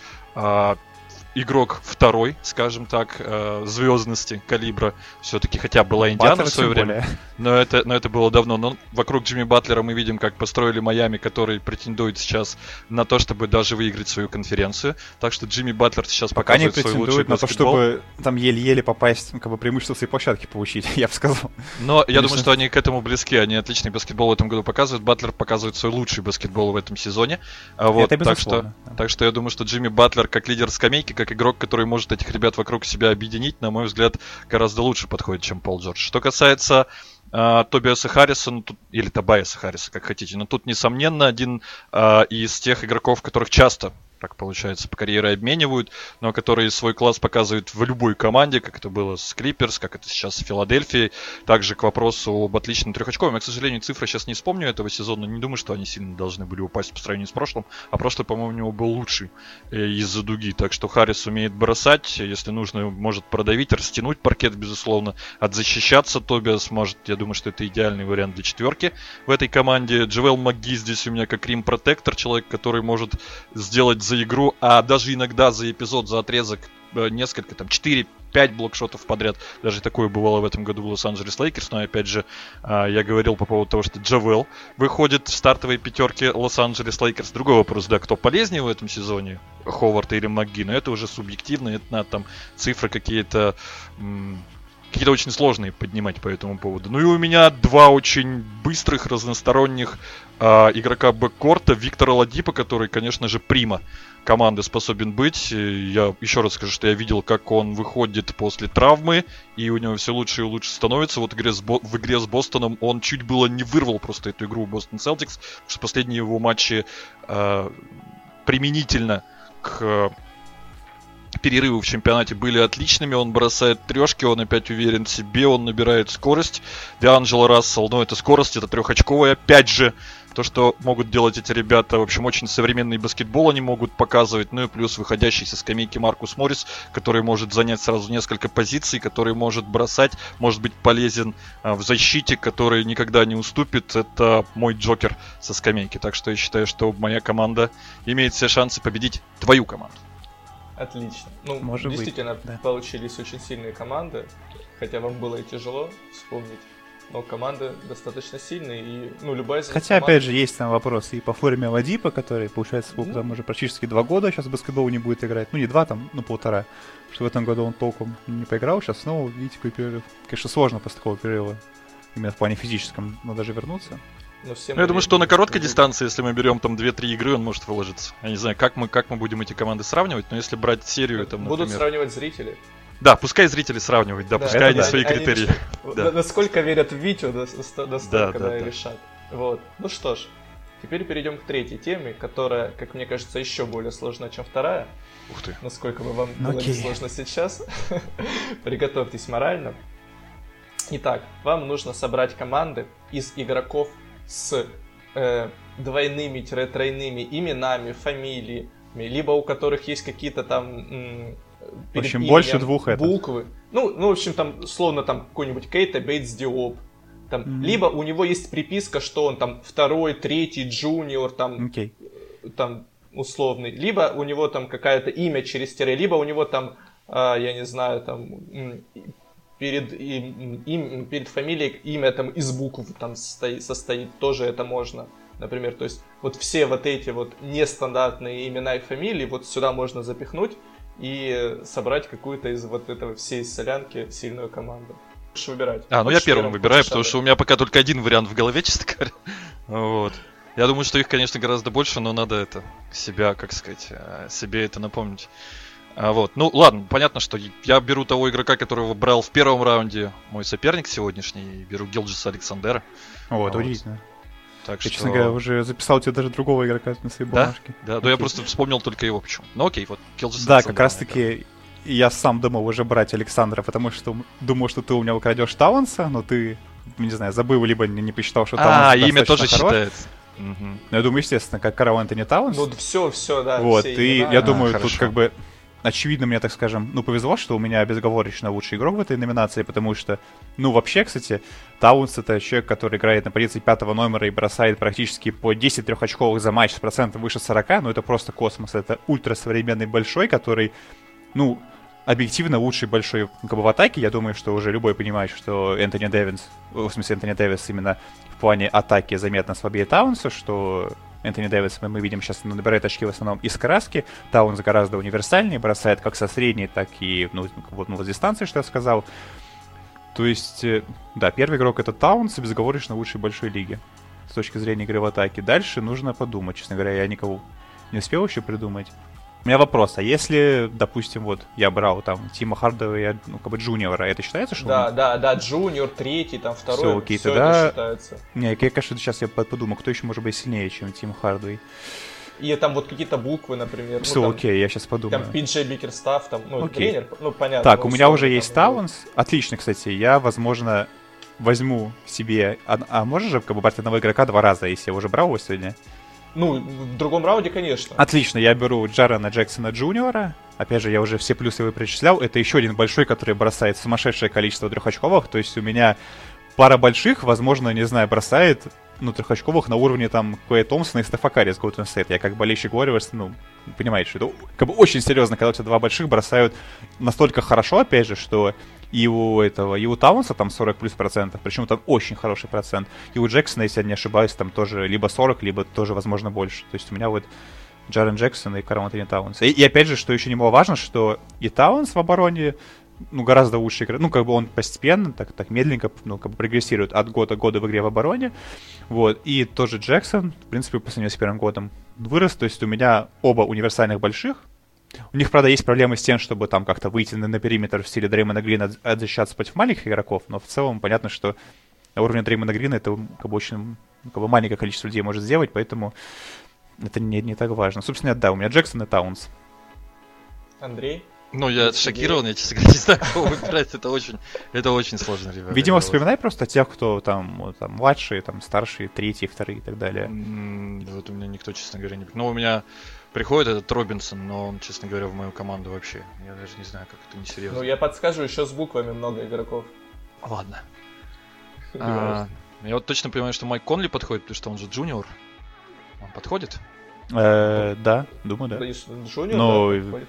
игрок второй, скажем так, звездности калибра. Все-таки, хотя была Индиана в свое время, но это было давно. Но вокруг Джимми Батлера мы видим, как построили Майами, который претендует сейчас на то, чтобы даже выиграть свою конференцию. Так что Джимми Батлер сейчас показывает свой лучший баскетбол. На то, чтобы там еле-еле попасть, преимущество своей площадки получить, я бы сказал. Но я думаю, что они к этому близки. Они отличный баскетбол в этом году показывают. Батлер показывает свой лучший баскетбол в этом сезоне. Вот, это так что я думаю, что Джимми Батлер как лидер скамейки, как игрок, который может этих ребят вокруг себя объединить, на мой взгляд, гораздо лучше подходит, чем Пол Джордж. Что касается Тобиаса Харриса, или Тобайаса Харриса, как хотите, но тут, несомненно, один из тех игроков, которых часто, так получается, по карьере обменивают, но которые свой класс показывают в любой команде, как это было с Клиперс, как это сейчас с Филадельфией. Также к вопросу об отличном трехочковом. Я, к сожалению, цифры сейчас не вспомню этого сезона, не думаю, что они сильно должны были упасть по сравнению с прошлым, а прошлый, по-моему, у него был лучший из-за дуги, так что Харрис умеет бросать, если нужно, может продавить, растянуть паркет, безусловно, отзащищаться Тобиас может, я думаю, что это идеальный вариант для четверки в этой команде. Джавел МcGee здесь у меня как рим-протектор, человек, который может сделать за игру, а даже иногда за эпизод, за отрезок несколько, 4-5 блокшотов подряд. Даже такое бывало в этом году в Лос-Анджелес Лейкерс. Но опять же, я говорил по поводу того, что Джавел выходит в стартовой пятерке Лос-Анджелес Лейкерс. Другой вопрос, да, кто полезнее в этом сезоне, Ховард или МcGee, но это уже субъективно, это надо там цифры какие-то какие-то очень сложные поднимать по этому поводу. Ну и у меня два очень быстрых, разносторонних игрока бэккорта. Виктор Оладипо, который, конечно же, прима команды способен быть. Я еще раз скажу, что я видел, как он выходит после травмы, и у него все лучше и лучше становится. Вот в игре с Бостоном он чуть было не вырвал просто эту игру Бостон Селтикс, потому что последние его матчи применительно к перерывы в чемпионате были отличными. Он бросает трешки, он опять уверен в себе, он набирает скорость. Дианджело Рассел, ну это скорость, это трехочковая. Опять же, то, что могут делать эти ребята, в общем, очень современный баскетбол они могут показывать. Ну и плюс выходящий со скамейки Маркус Моррис, который может занять сразу несколько позиций, который может бросать, может быть полезен в защите, который никогда не уступит. Это мой джокер со скамейки. Так что я считаю, что моя команда имеет все шансы победить твою команду. Отлично. Ну, может действительно, быть, да. Получились очень сильные команды, хотя вам было и тяжело вспомнить, но команды достаточно сильные, и, ну, любая из них хотя, опять же, есть там вопросы и по форме Оладипо, который, получается, сколько там уже практически 2 года сейчас в баскетбол не будет играть. Ну, не 2 там, ну, 1,5. Что в этом году он толком не поиграл, сейчас снова, видите, какой перерыв. Конечно, сложно после такого перерыва, именно в плане физическом, но даже вернуться. Я думаю, что на короткой дистанции, если мы берем там 2-3 игры, он может выложиться. Я не знаю, как мы будем эти команды сравнивать, но если брать серию, там, например... Будут сравнивать зрители. Да, пускай зрители сравнивают, да, пускай они свои критерии. Да. Насколько верят в Витю, настолько и решат. Вот. Ну что ж, теперь перейдем к третьей теме, которая, как мне кажется, еще более сложна, чем вторая. Ух ты. Насколько бы вам было не сложно сейчас. Приготовьтесь морально. Итак, вам нужно собрать команды из игроков с двойными-тройными именами, фамилиями, либо у которых есть какие-то там в общем, больше 2 буквы. Ну, в общем, там, словно там какой-нибудь Кейта Бейтс Диоп. Там, либо у него есть приписка, что он там 2-й, 3-й, джуниор, там, там условный. Либо у него там какое-то имя через тире, либо у него там, я не знаю, там... Перед фамилией имя там из букв там состоит, тоже это можно, например, то есть вот все вот эти вот нестандартные имена и фамилии вот сюда можно запихнуть и собрать какую-то из вот этого всей солянки сильную команду. Можешь выбирать. Ну я первым выбираю, потому что у меня пока только один вариант в голове, честно говоря. Вот. Я думаю, что их, конечно, гораздо больше, но надо это себя, как сказать, себе это напомнить. Вот. Ну, ладно, понятно, что я беру того игрока, которого брал в первом раунде мой соперник сегодняшний, беру Гилджеса Александера. Вот, удивительно. Так я, честно говоря, уже записал тебе даже другого игрока на своей бумажке. Да, я просто вспомнил только его почему. Ну окей, вот Гилджес Александер. Да, как раз таки я сам думал уже брать Александра, потому что думал, что ты у меня украдешь Таунса, но ты, не знаю, забыл, либо не посчитал, что Таунс имя тоже хорош. Считается. Ну, я думаю, естественно, как Карл Энтони Таунс. Ну, все, да. Вот, и я думаю, хорошо. тут как бы... Очевидно, мне, так скажем, повезло, что у меня безоговорочно лучший игрок в этой номинации, потому что, вообще, кстати, Таунс — это человек, который играет на позиции 5-го номера и бросает практически по 10 трехочковых за матч с процентом выше 40, это просто космос. Это ультрасовременный большой, который, объективно лучший большой в атаке. Я думаю, что уже любой понимает, что Энтони Дэвис именно в плане атаки заметно слабее Таунса, что... Энтони Дэвис, мы видим, сейчас набирает очки в основном из краски. Таунс гораздо универсальнее, бросает как со средней, так и с дистанции, что я сказал. То есть, да, первый игрок — это Таунс, безоговорочно лучший большой лиги с точки зрения игры в атаке. Дальше нужно подумать. Честно говоря, я никого не успел еще придумать. У меня вопрос, а если, допустим, я брал там Тима Хардавея, джуниора, это считается, что... Да, джуниор, третий, там, второй, все, окей, все тогда... это считается. Не, я, конечно, сейчас я подумаю, кто еще может быть сильнее, чем Тим Хардавей. И там вот какие-то буквы, например. Все, окей, я сейчас подумаю. Там PJ Бикерстаф, там, окей. тренер, понятно. Так, у меня уже есть Таунс. Отлично, кстати, я, возможно, возьму себе... А можешь же брать одного игрока 2 раза, если я уже брал его сегодня? В другом раунде, конечно. Отлично, я беру Джарена Джексона Джуниора. Опять же, я уже все плюсы его перечислял. Это еще один большой, который бросает сумасшедшее количество трехочковых. То есть у меня пара больших, возможно, не знаю, бросает трехочковых на уровне там Клея Томпсона и Стефа Карри с Golden State. Я как болельщик Warriors, понимаете, что это очень серьезно, когда у тебя 2 больших бросают настолько хорошо, опять же, что и у Таунса там 40+%, причем там очень хороший процент. И у Джексона, если я не ошибаюсь, там тоже либо 40, либо тоже, возможно, больше. То есть у меня Джарен Джексон и Карл Энтони Таунс. И опять же, что еще немаловажно, что и Таунс в обороне гораздо лучше играет. Ну, как бы он постепенно, так медленненько, прогрессирует от года к году в игре в обороне. Вот. И тоже Джексон, в принципе, по сравнению с первым годом вырос. То есть у меня оба универсальных больших. У них, правда, есть проблемы с тем, чтобы там как-то выйти на периметр в стиле Дреймонда Грина, защищаться против маленьких игроков. Но в целом понятно, что на уровне Дреймонда Грина это как бы очень маленькое количество людей может сделать, поэтому это не так важно. Собственно, да, у меня Джексон и Таунс. Андрей? Ну, я шокирован, я, честно говоря, не знаю, кого выбирать. Это очень сложно, ребята. Видимо, вспоминай просто тех, кто там младшие, там старшие, третьи, вторые и так далее. Вот у меня никто, честно говоря, не... Ну, у меня приходит этот Робинсон, но он, честно говоря, в мою команду вообще. Я даже не знаю, как это несерьезно. Ну, я подскажу, еще с буквами много игроков. Ладно. Я вот точно понимаю, что Майк Конли подходит, потому что он же джуниор. Он подходит? Да, думаю, да. Джуниор,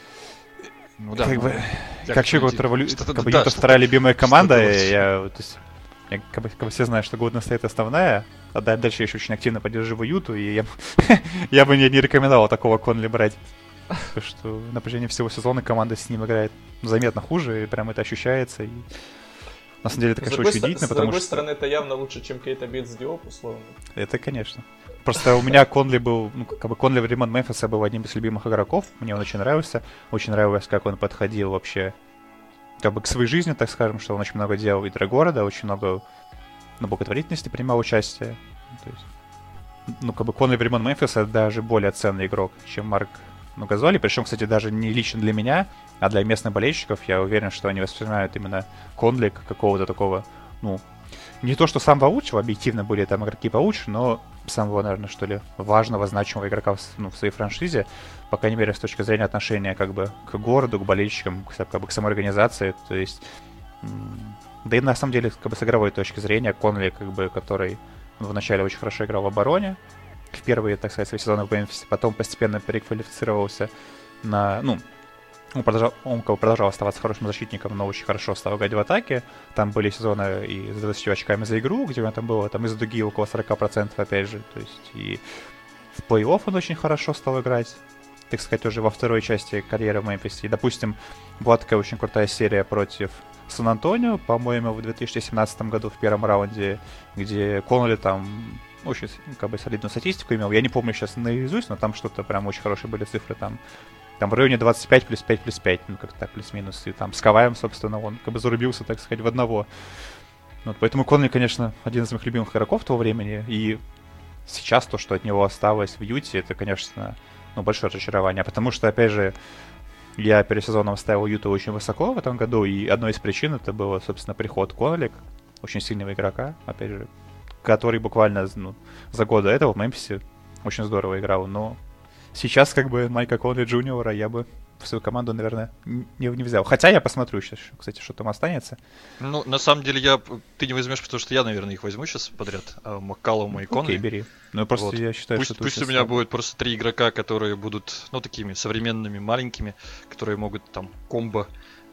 ну да. Как человек, Юта вторая любимая команда, я все знаю, что Golden State основная, а дальше я еще очень активно поддерживаю Юту, и я бы не рекомендовал такого Конли брать. Потому что на протяжении всего сезона команда с ним играет заметно хуже, и прям это ощущается. И на самом деле это, конечно, очень удивительно, потому что... С другой стороны, это явно лучше, чем Кейта Битс Диоп, условно. Это, конечно. Просто у меня Конли был, Конли в Римонд Мемфиса был одним из любимых игроков. Мне он очень нравился. Очень нравилось, как он подходил вообще к своей жизни, так скажем, что он очень много делал и для города, очень много на благотворительности принимал участие. То есть, Конли в Римонд Мемфиса даже более ценный игрок, чем Марк Газоли. Причем, кстати, даже не лично для меня, а для местных болельщиков. Я уверен, что они воспринимают именно Конли как какого-то такого, не то, что самого лучшего, объективно были там игроки получше, но самого, наверное, что ли, важного, значимого игрока в своей франшизе, по крайней мере, с точки зрения отношения к городу, к болельщикам, к самой организации. То есть, да и на самом деле, с игровой точки зрения, Конли, который вначале очень хорошо играл в обороне, в первые, так сказать, свои сезоны в Мемфисе, потом постепенно переквалифицировался на, он продолжал оставаться хорошим защитником, но очень хорошо стал играть в атаке. Там были сезоны и с 20 очками за игру, где у него там было из-за дуги около 40%, опять же. То есть и в плей-офф он очень хорошо стал играть, так сказать, уже во второй части карьеры в Мемфисе. И, допустим, была такая очень крутая серия против Сан-Антонио, по-моему, в 2017 году в первом раунде, где Конли там очень солидную статистику имел. Я не помню сейчас наизусть, но там что-то прям очень хорошие были цифры. Там в районе 25 плюс 5 плюс 5, как так, плюс-минус. И там с Каваем, собственно, он зарубился, так сказать, в одного. Поэтому Конли, конечно, один из моих любимых игроков того времени. И сейчас то, что от него осталось в Юте, это, конечно, большое разочарование. Потому что, опять же, я перед сезоном ставил Юту очень высоко в этом году. И одной из причин это было, собственно, приход Конли, очень сильного игрока, опять же, который буквально за год до этого в Мемфисе очень здорово играл. Но сейчас, Майка Конли Джуниора я бы в свою команду, наверное, не взял. Хотя я посмотрю сейчас, кстати, что там останется. На самом деле, ты не возьмешь, потому что я, наверное, их возьму сейчас подряд. Маккалума и Конли. Окей, бери. Просто я считаю, что... Пусть у меня будет просто 3 игрока, которые будут, такими современными, маленькими, которые могут там комбо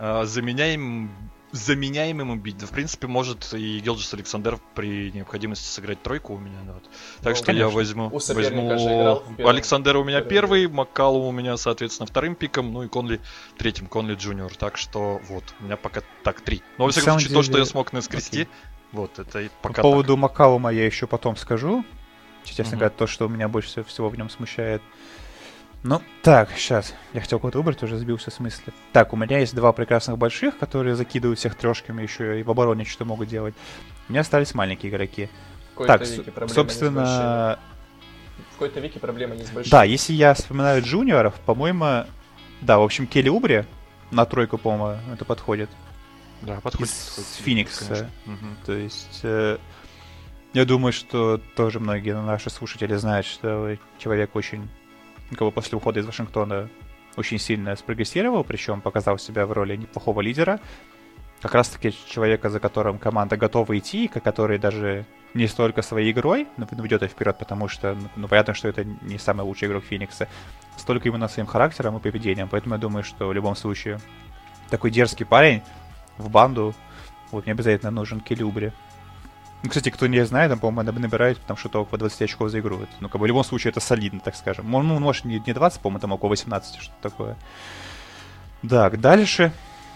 заменяемым бить. Да, в принципе, может и Гилджис Александр при необходимости сыграть тройку у меня. Так что конечно. Я возьму Александра у меня первый, Маккалум у меня, соответственно, вторым пиком, и Конли третьим, Конли Джуниор. Так что у меня пока так 3. Но, во всяком случае, то, что я смог наскрести, это пока. По поводу Маккалума я еще потом скажу. Честно говоря, то, что меня больше всего в нем смущает. Так, сейчас. Я хотел кого-то выбрать, уже сбился с мысли. Так, у меня есть 2 прекрасных больших, которые закидывают всех трешками, еще и в обороне что-то могут делать. У меня остались маленькие игроки. Так, собственно... В какой-то веке проблема не с большими. Да, если я вспоминаю джуниоров, по-моему... Да, в общем, Келли Убри на тройку, по-моему, это подходит. Да, подходит. Из Феникса. То есть... Я думаю, что тоже многие наши слушатели знают, что человек очень... после ухода из Вашингтона очень сильно спрогрессировал, причем показал себя в роли неплохого лидера. Как раз-таки человека, за которым команда готова идти, который даже не столько своей игрой ведет ее вперед, потому что, понятно, что это не самый лучший игрок Феникса, столько именно своим характером и поведением. Поэтому я думаю, что в любом случае такой дерзкий парень в банду, не обязательно нужен Келли Убри. Кстати, кто не знает, там, по-моему, набирает там что-то около 20 очков за игру. В любом случае это солидно, так скажем. Может, не 20, по-моему, там около 18, что-то такое. Так, дальше.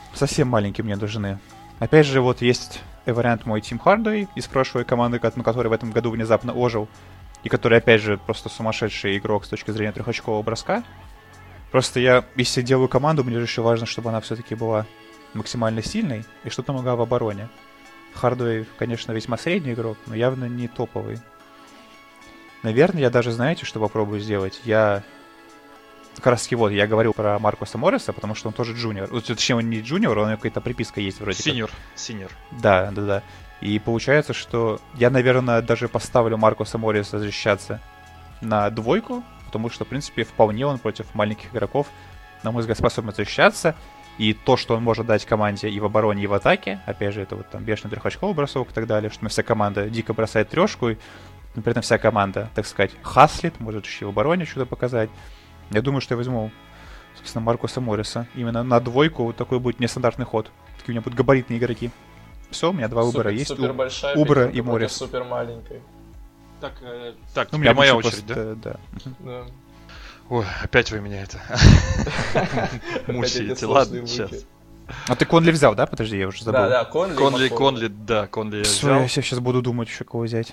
совсем маленькие мне нужны. Опять же, вот есть вариант мой Тим Хардуэй из прошлой команды, который в этом году внезапно ожил, и который, опять же, просто сумасшедший игрок с точки зрения трехочкового броска. Просто если делаю команду, мне же еще важно, чтобы она все-таки была максимально сильной и что-то могла в обороне. Хардуэй, конечно, весьма средний игрок, но явно не топовый. Наверное, я даже, знаете, что попробую сделать? Я говорил про Маркуса Морриса, потому что он тоже джуниор. Точнее, он не джуниор, у него какая-то приписка есть вроде Синьор. Да. И получается, что я, наверное, даже поставлю Маркуса Морриса защищаться на 2, потому что, в принципе, вполне он против маленьких игроков, на мой взгляд, способен защищаться. И то, что он может дать команде и в обороне, и в атаке, опять же, это вот там бешеный трехочковый бросок и так далее, что вся команда дико бросает трешку, и при этом вся команда, так сказать, хаслит, может еще и в обороне что-то показать. Я думаю, что я возьму, собственно, Маркуса Морриса. Именно на 2 вот такой будет нестандартный ход. Такие у меня будут габаритные игроки. Все, у меня 2 выбора есть. Убра и Моррис. Супер маленький. Так, теперь моя очередь, да? Да. Ой, опять вы меня это мучаете. Ладно, сейчас. А ты Конли взял, да? Подожди, я уже забыл. Да, Конли я взял. Я сейчас буду думать еще кого взять.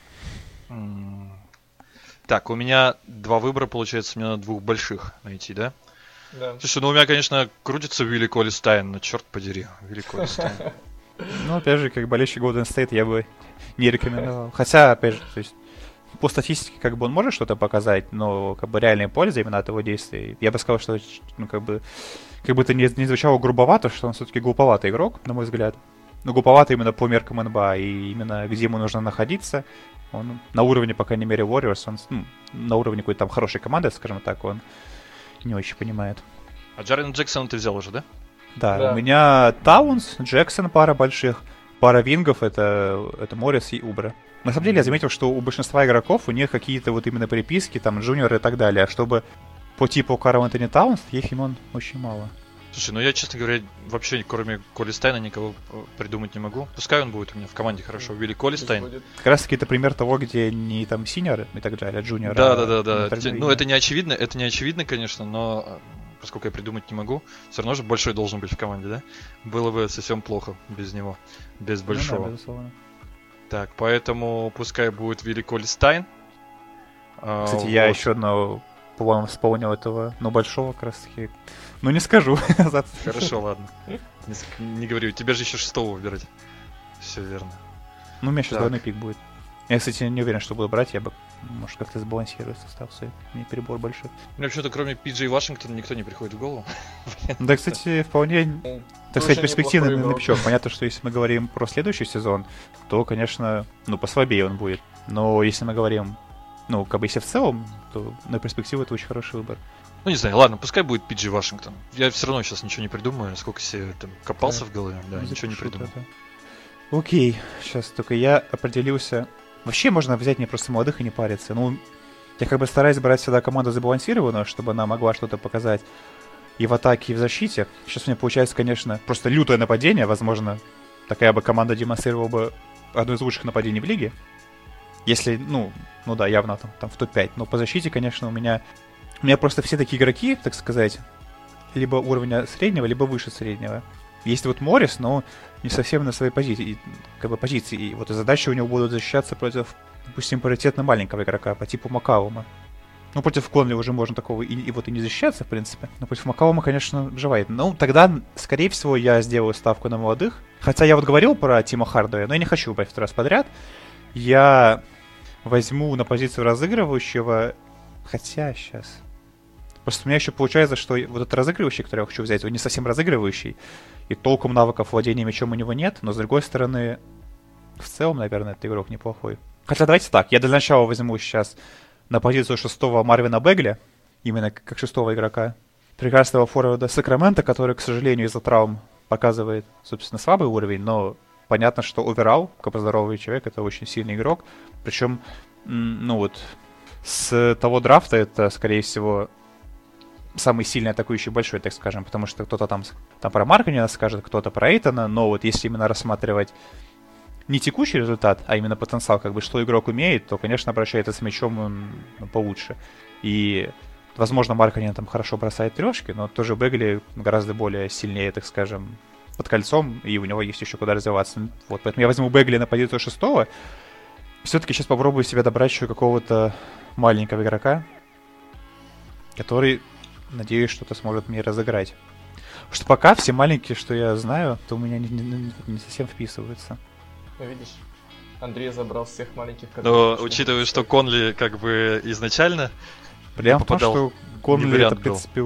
Так, у меня 2 выбора, получается, мне надо 2 больших найти, да? Да. Слушай, у меня, конечно, крутится Вилли Колли-Стайн, но черт подери, Вилли Колли-Стайн. Ну, опять же, как болельщик Golden State я бы не рекомендовал. Хотя, опять же, то есть по статистике как бы он может что-то показать, но как бы реальная польза именно от его действий. Я бы сказал, что как бы это не звучало грубовато, что он все-таки глуповатый игрок, на мой взгляд. Но глуповатый именно по меркам НБА, и именно где ему нужно находиться. Он на уровне, по крайней мере, Warriors, он на уровне какой-то там хорошей команды, скажем так, он не очень понимает. А Джарена Джексона ты взял уже, да? Да, у меня Таунс, Джексон пара больших, пара вингов, это Моррис и Убра. На самом деле я заметил, что у большинства игроков у них какие-то вот именно приписки, там, джуниоры и так далее, а чтобы по типу Карл Энтони Таунс, их имен очень мало. Слушай, ну я, честно говоря, вообще кроме Колли-Стайна никого придумать не могу. Пускай он будет у меня в команде хорошо. Вилли Колли-Стайн. Как раз таки это пример того, где не там синьоры и так далее, а джуниоры. Да. Ну это не очевидно, конечно, но поскольку я придумать не могу, все равно же большой должен быть в команде, да? Было бы совсем плохо без него, без большого. Ну, да, безусловно. Так, поэтому пускай будет Вилли Колли-Стайн. Кстати, я еще одно, по-моему, вспомнил этого, но большого как раз таки. Ну, не скажу. Хорошо, ладно. Не говори, у тебя же еще 6-го выбирать. Все верно. Ну, у меня сейчас двойной пик будет. Я, кстати, не уверен, что буду брать. Я бы, может, как-то сбалансирую состав свой. Мне перебор большой. Мне вообще-то, кроме Пиджей Вашингтона, никто не приходит в голову. Да, кстати, вполне, так сказать, перспективный новичок. Понятно, что если мы говорим про следующий сезон, то, конечно, послабее он будет. Но если мы говорим, как бы если в целом, то на перспективу это очень хороший выбор. Ну, не знаю, ладно, пускай будет Пиджи Вашингтон. Я все равно сейчас ничего не придумаю, сколько себе там копался в голове, ничего не придумал. Окей, сейчас только я определился. Вообще можно взять мне просто молодых и не париться. Я как бы стараюсь брать всегда команду забалансированную, чтобы она могла что-то показать и в атаке, и в защите. Сейчас у меня получается, конечно, просто лютое нападение. Возможно, такая бы команда демонстрировала бы одно из лучших нападений в лиге. Если, да, явно там в топ-5. Но по защите, конечно, у меня просто все такие игроки, так сказать, либо уровня среднего, либо выше среднего. Есть вот Моррис, но не совсем на своей позиции. И вот задачи у него будут защищаться против, допустим, паритетно маленького игрока по типу Маккалума. Против Конли уже можно такого и не защищаться, в принципе. Но против Маккалума, конечно, живает. Тогда, скорее всего, я сделаю ставку на молодых. Хотя я вот говорил про Тима Хардуэя, но я не хочу брать 2 раз подряд. Я возьму на позицию разыгрывающего. Хотя сейчас. Просто у меня еще получается, что вот этот разыгрывающий, который я хочу взять, он не совсем разыгрывающий. И толком навыков владения мячом у него нет. Но с другой стороны, в целом, наверное, этот игрок неплохой. Хотя давайте так, я для начала возьму сейчас на позицию 6-го Марвина Бегли. Именно как 6-го игрока. Прекрасного форварда Сакрамента, который, к сожалению, из-за травм показывает, собственно, слабый уровень. Но понятно, что овералл, как здоровый человек, это очень сильный игрок. Причем, с того драфта это, скорее всего, самый сильный атакующий большой, так скажем, потому что кто-то там про Марканина скажет, кто-то про Эйтона, но вот если именно рассматривать не текущий результат, а именно потенциал, как бы, что игрок умеет, то, конечно, обращается с мячом он получше. И Возможно, Маркканен там хорошо бросает трешки, но тоже Бегли гораздо более сильнее, так скажем, под кольцом, и у него есть еще куда развиваться. Вот, поэтому я возьму Бегли на позицию 6-го. Все-таки сейчас попробую себе добрать еще какого-то маленького игрока, который, надеюсь, что-то сможет мне разыграть. Потому что пока все маленькие, что я знаю, то у меня не совсем вписываются. Ну, видишь, Андрей забрал всех маленьких. Но учитывая, что Конли как бы изначально Проблема в том, что Конли это, в принципе,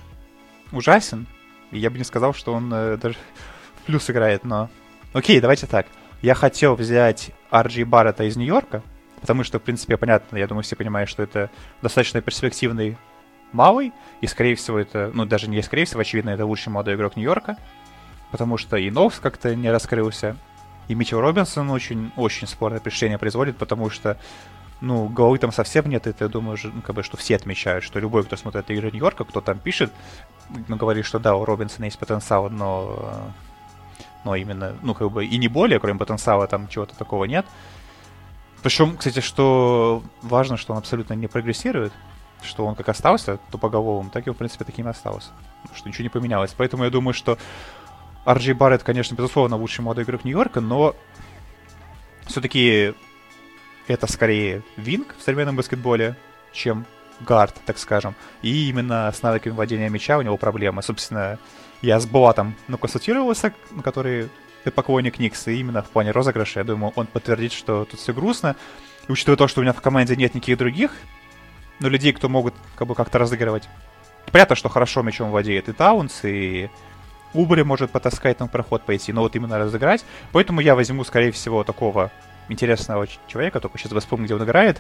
ужасен. И я бы не сказал, что он даже в плюс играет, но... Окей, давайте так. Я хотел взять Арджи Баррета из Нью-Йорка, потому что, в принципе, понятно, я думаю, все понимают, что это достаточно перспективный малый, и, скорее всего, это... Ну, даже не скорее всего, очевидно, это лучший молодой игрок Нью-Йорка, потому что и Ноукс как-то не раскрылся, и Митчелл Робинсон очень спорное впечатление производит, потому что, ну, головы там совсем нет, это, я думаю, ну, как бы, что все отмечают, что любой, кто смотрит игры Нью-Йорка, кто там пишет, ну, говорит, что да, у Робинсона есть потенциал, но именно, ну, как бы, и не более, кроме потенциала, там чего-то такого нет. Причем, кстати, что важно, что он абсолютно не прогрессирует, что он как остался тупоголовым, так и, в принципе, таким и остался. Что ничего не поменялось. Поэтому я думаю, что Арджи Барретт, конечно, безусловно, лучший молодой игрок Нью-Йорка, но все-таки это скорее винг в современном баскетболе, чем гард, так скажем. И именно с навыками владения мяча у него проблемы. Собственно, я с Булатом консультировался, который поклонник Никс, и именно в плане розыгрыша, я думаю, он подтвердит, что тут все грустно. И учитывая то, что у меня в команде нет никаких других, но людей, кто могут как бы как-то разыгрывать. Понятно, что хорошо мячом владеет и Таунс, и Убри может потаскать там проход пойти, но вот именно разыграть. Поэтому я возьму, скорее всего, такого интересного человека, только сейчас вспомню, где он играет.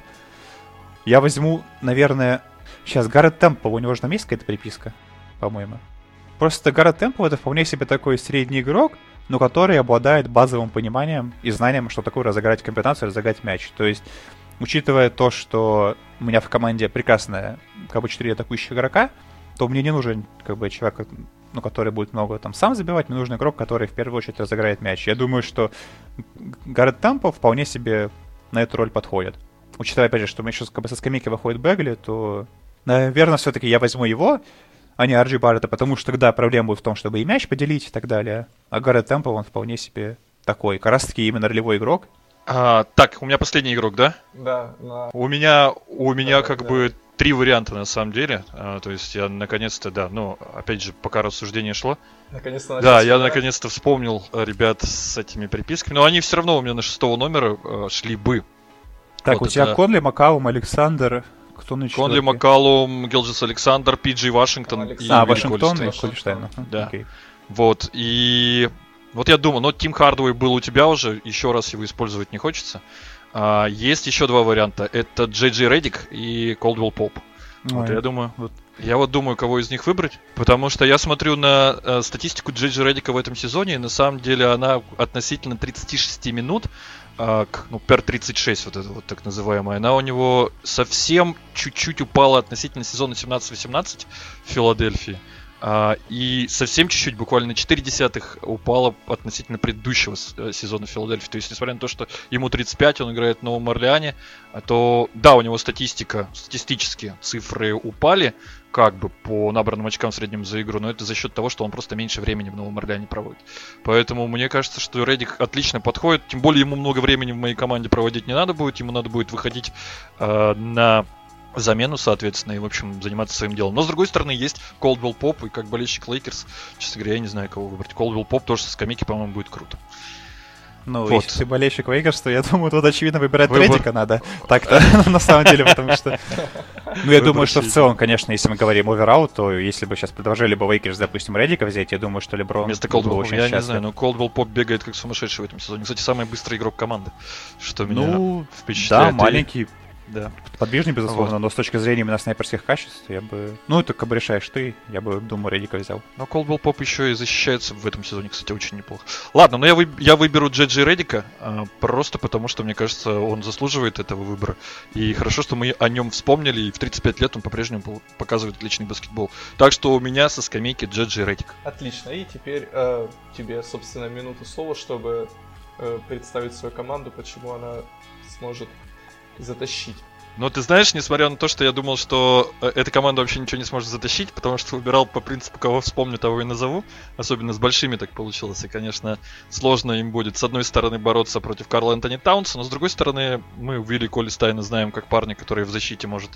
Я возьму, наверное... Сейчас, Гаррет Темпл, у него же там есть какая-то приписка, по-моему. Просто Гаррет Темпл — это вполне себе такой средний игрок, но который обладает базовым пониманием и знанием, что такое разыграть комбинацию, разыграть мяч. То есть, учитывая то, что у меня в команде прекрасная, как бы, 4 атакующих игрока, то мне не нужен, как бы, человек, ну, который будет много там сам забивать, мне нужен игрок, который в первую очередь разыграет мяч. Я думаю, что Гаррет Темпл вполне себе на эту роль подходит. Учитывая, опять же, что у меня сейчас как бы со скамейки выходит Бегли, то, наверное, все-таки я возьму его, а не Арджи Баррета, потому что тогда проблема будет в том, чтобы и мяч поделить и так далее. А Гаррет Темпл, он вполне себе такой, как раз-таки именно ролевой игрок. Так, у меня последний игрок, да? Да. У меня как бы 3 варианта на самом деле. То есть я наконец-то, да, ну, опять же, пока рассуждение шло. Наконец-то да, я наконец-то вспомнил ребят с этими приписками. Но они все равно у меня на 6-го номера шли бы. Так, вот у тебя Конли, Маккалум, Александр... Кто на Конли, Маккалум, Гилджес Александр, Пиджи Вашингтон и Вашингтон и Холлиштайн. Да. Okay. Вот, и... Вот я думаю, Тим Хардуэй был у тебя уже, еще раз его использовать не хочется. Есть еще 2 варианта. Это Джей Джей Реддик и Колдвелл Поп. Вот я думаю... Я вот думаю, кого из них выбрать, потому что я смотрю на статистику Джей Джей Реддика в этом сезоне, и на самом деле она относительно 36 минут, per 36, вот это вот так называемая, она у него совсем чуть-чуть упала относительно сезона 17-18 в Филадельфии. И совсем чуть-чуть, буквально на 0,4 упала относительно предыдущего сезона в Филадельфии. То есть, несмотря на то, что ему 35, он играет в Новом Орлеане, то, да, у него статистически цифры упали, как бы по набранным очкам в среднем за игру, но это за счет того, что он просто меньше времени в Новом Орлеане проводит. Поэтому мне кажется, что Реддик отлично подходит, тем более ему много времени в моей команде проводить не надо будет, ему надо будет выходить на замену, соответственно, и, в общем, заниматься своим делом. Но, с другой стороны, есть Колдвелл Поп, и как болельщик Лейкерс, честно говоря, я не знаю, кого выбрать. Колдвелл Поп тоже со скамейки, по-моему, будет круто. Ну, вот. Если ты болельщик Лейкерс, то я думаю, тут, очевидно, выбирать Реддика надо. Так-то, на самом деле, потому что... Ну, я думаю, что в целом, конечно, если мы говорим овераут, то если бы сейчас предложили бы Лейкерс, допустим, Реддика взять, я думаю, что Леброн вместо Колдвелла, я не знаю, но Колдвелл Поп бегает как сумасшедший в этом сезоне. Кстати, самый быстрый игрок команды, что меня впечатляет. Да, маленький. Да. Подвижный, безусловно, но с точки зрения именно снайперских качеств, я бы... Ну, это как бы решаешь ты, я бы, думаю, Реддика взял. Но Колдвелл Поп еще и защищается в этом сезоне, кстати, очень неплохо. Ладно, но я выберу Джей Джей Реддика, просто потому что, мне кажется, он заслуживает этого выбора. И хорошо, что мы о нем вспомнили, и в 35 лет он по-прежнему показывает отличный баскетбол. Так что у меня со скамейки Джей Джей Реддик. Отлично, и теперь тебе, собственно, минуту слова, чтобы представить свою команду, почему она сможет затащить Но ты знаешь, несмотря на то, что я думал, что эта команда вообще ничего не сможет затащить, потому что выбирал по принципу, кого вспомню, того и назову. Особенно с большими так получилось. И, конечно, сложно им будет, с одной стороны, бороться против Карла Энтони Таунса, но с другой стороны, мы Уилли Колли-Стайна знаем как парня, который в защите может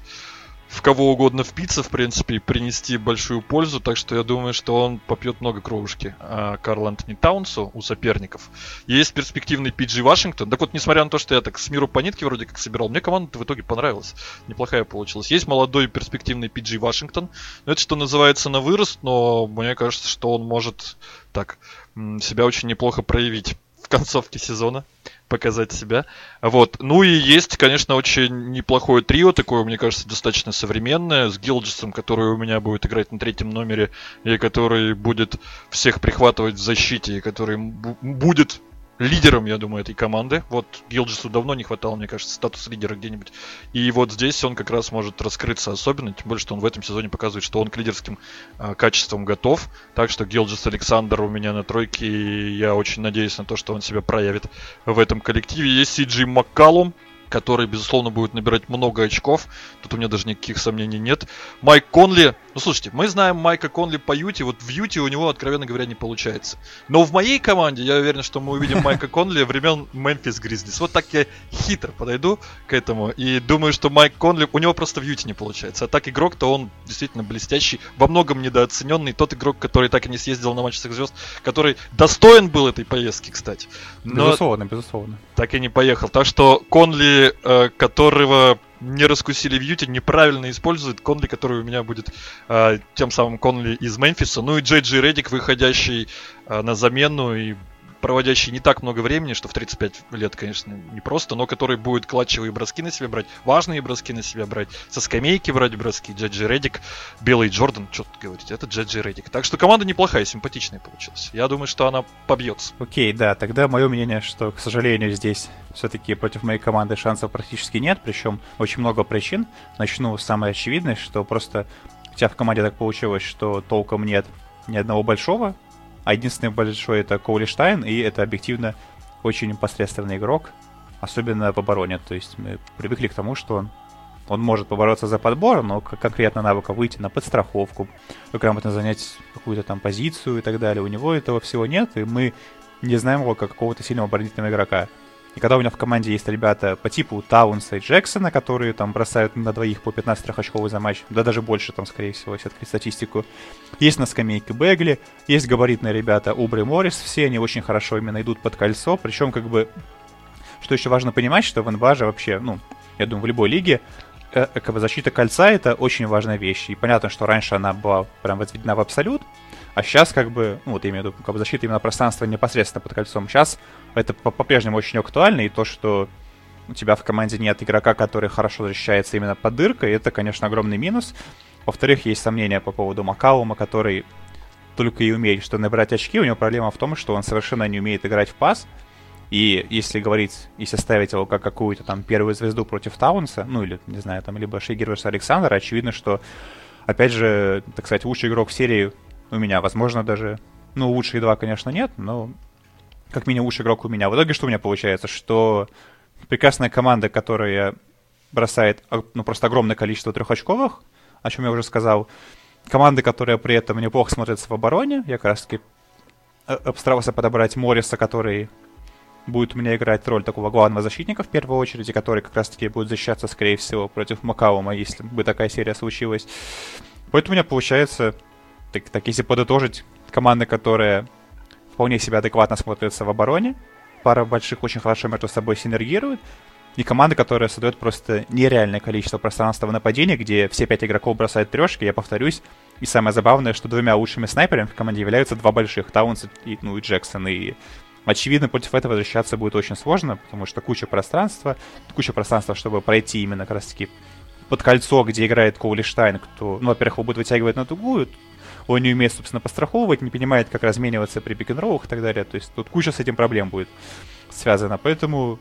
в кого угодно впиться, в принципе, и принести большую пользу. Так что я думаю, что он попьет много кровушки Карлу Энтони Таунсу у соперников. Есть перспективный Пиджи Вашингтон. Так вот, несмотря на то, что я так с миру по нитке вроде как собирал, мне команда в итоге понравилась. Неплохая получилась. Есть молодой перспективный Пиджи Вашингтон. Это, что называется, на вырост, но мне кажется, что он может так себя очень неплохо проявить в концовке сезона, показать себя. Вот. Ну и есть, конечно, очень неплохое трио, такое, мне кажется, достаточно современное, с Гилджесом, который у меня будет играть на 3-м номере, и который будет всех прихватывать в защите, и который будет лидером, я думаю, этой команды. Вот Гилджесу давно не хватало, мне кажется, статуса лидера где-нибудь. И вот здесь он как раз может раскрыться особенно, тем более, что он в этом сезоне показывает, что он к лидерским качествам готов. Так что Гилджес Александр у меня на тройке, и я очень надеюсь на то, что он себя проявит в этом коллективе. Есть Си-Джей Маккалум, который, безусловно, будет набирать много очков. Тут у меня даже никаких сомнений нет. Майк Конли. Ну, слушайте, мы знаем Майка Конли по Юте. Вот в Юте у него, откровенно говоря, не получается. Но в моей команде я уверен, что мы увидим Майка Конли времен Мемфис Гризлис. Вот так я хитро подойду к этому. И думаю, что Майк Конли... У него просто в Юте не получается. А так игрок-то он действительно блестящий. Во многом недооцененный. Тот игрок, который так и не съездил на матч всех звезд. Который достоин был этой поездки, кстати. Но безусловно. Так и не поехал. Так что Конли, которого не раскусили в Юте, неправильно использует Конли, который у меня будет тем самым Конли из Мемфиса. Ну и Джей Джей Реддик, выходящий на замену и проводящий не так много времени, что в 35 лет, конечно, непросто, но который будет клатчевые броски на себя брать, важные броски на себя брать, со скамейки брать броски. Джей Джей Реддик, Белый Джордан, что тут говорить, это Джей Джей Реддик. Так что команда неплохая, симпатичная получилась. Я думаю, что она побьется. Окей, да, тогда мое мнение, что, к сожалению, здесь все-таки против моей команды шансов практически нет, причем очень много причин. Начну с самой очевидной, что просто у тебя в команде так получилось, что толком нет ни одного большого, а единственный большой — это Коули-Штайн, и это объективно очень посредственный игрок, особенно в обороне. То есть мы привыкли к тому, что он может побороться за подбор, но конкретно навыка выйти на подстраховку, грамотно занять какую-то там позицию и так далее, у него этого всего нет, и мы не знаем его как какого-то сильного оборонительного игрока. И когда у меня в команде есть ребята по типу Таунса и Джексона, которые там бросают на двоих по 15 трехочковых за матч, да даже больше там, скорее всего, если открыть статистику. Есть на скамейке Бегли, есть габаритные ребята Убры и Моррис, все они очень хорошо именно идут под кольцо, причем как бы, что еще важно понимать, что в НБА же вообще, ну, я думаю, в любой лиге как бы защита кольца — это очень важная вещь. И понятно, что раньше она была прям возведена в абсолют, а сейчас как бы, ну вот я имею в виду, как бы защита именно пространства непосредственно под кольцом. Сейчас это по-прежнему очень актуально, и то, что у тебя в команде нет игрока, который хорошо защищается именно под дыркой, это, конечно, огромный минус. Во-вторых, есть сомнения по поводу Маккалума, который только и умеет что набирать очки. У него проблема в том, что он совершенно не умеет играть в пас. И если ставить его как какую-то там первую звезду против Таунса, ну или, не знаю, там, либо Шей Гилджеса Александра, очевидно, что, опять же, так сказать, лучший игрок в серии у меня, возможно, даже, ну, лучшие два, конечно, нет, но как минимум лучший игрок у меня. В итоге что у меня получается? Что прекрасная команда, которая бросает, ну, просто огромное количество трехочковых, о чем я уже сказал, команда, которая при этом неплохо смотрится в обороне, я как раз-таки постарался подобрать Морриса, который будет у меня играть роль такого главного защитника в первую очередь, и который как раз-таки будет защищаться, скорее всего, против Маккалума, если бы такая серия случилась. Поэтому у меня получается, так если подытожить, команда, которая вполне себя адекватно смотрится в обороне, пара больших очень хорошо между собой синергирует, и команда, которая создает просто нереальное количество пространства в нападении, где все 5 игроков бросают трешки, я повторюсь. И самое забавное, что двумя лучшими снайперами в команде являются два больших, Таунс и Джексон, и очевидно, против этого защищаться будет очень сложно, потому что куча пространства, чтобы пройти именно как раз-таки под кольцо, где играет Коули-Штайн, кто, ну, во-первых, его будет вытягивать на дугу, он не умеет, собственно, подстраховывать, не понимает, как размениваться при пик-н-роллах и так далее, то есть тут куча с этим проблем будет связана, поэтому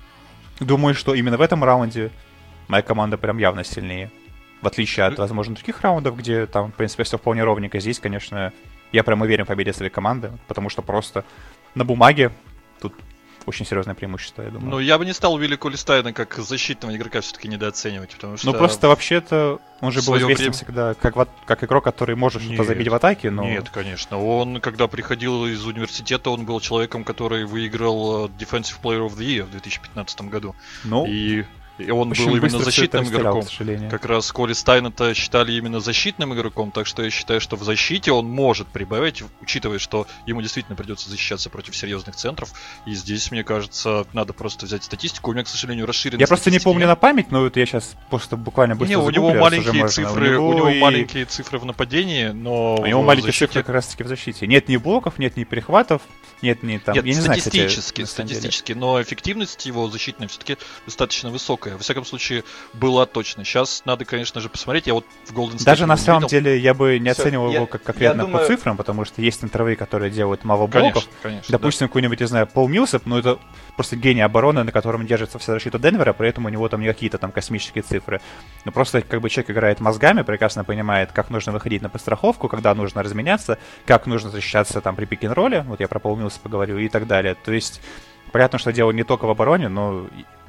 думаю, что именно в этом раунде моя команда прям явно сильнее, в отличие от, возможно, других раундов, где там, в принципе, все вполне ровненько. Здесь, конечно, я прям уверен в победе своей команды, потому что просто на бумаге тут очень серьезное преимущество, я думаю. Ну, я бы не стал Уилли Колистайна как защитного игрока все-таки недооценивать, потому что... Ну, просто вообще-то он же был известен всегда как игрок, который может что-то забить в атаке, но... Нет, конечно. Он, когда приходил из университета, он был человеком, который выиграл Defensive Player of the Year в 2015 году. Ну... И он был именно защитным игроком. К как раз Колистайна-то считали именно защитным игроком, так что я считаю, что в защите он может прибавить, учитывая, что ему действительно придется защищаться против серьезных центров. И здесь, мне кажется, надо просто взять статистику. У меня, к сожалению, расширенная Я просто не помню на память, но это я сейчас просто буквально быстро загуглю. У него маленькие цифры, маленькие цифры в нападении, но у него маленькие цифры как раз-таки в защите. Нет ни блоков, нет ни перехватов, нет ни там... Нет, я не статистически, но эффективность его защитная все-таки достаточно высокая. Во всяком случае, была точно. Сейчас надо, конечно же, посмотреть. Я вот в Golden State даже на самом деле я бы не оценивал его как конкретно по цифрам, потому что есть центровые, которые делают мало блоков. Конечно, допустим, какой-нибудь, не знаю, Пол Милсап, но это просто гений обороны, на котором держится вся защита Денвера, при этом у него там не какие-то там космические цифры. Но просто как бы человек играет мозгами, прекрасно понимает, как нужно выходить на подстраховку, когда нужно разменяться, как нужно защищаться там при пик-н-ролле, вот я про Пол Милсапа говорю, и так далее. То есть, понятно, что дело не только в обороне, но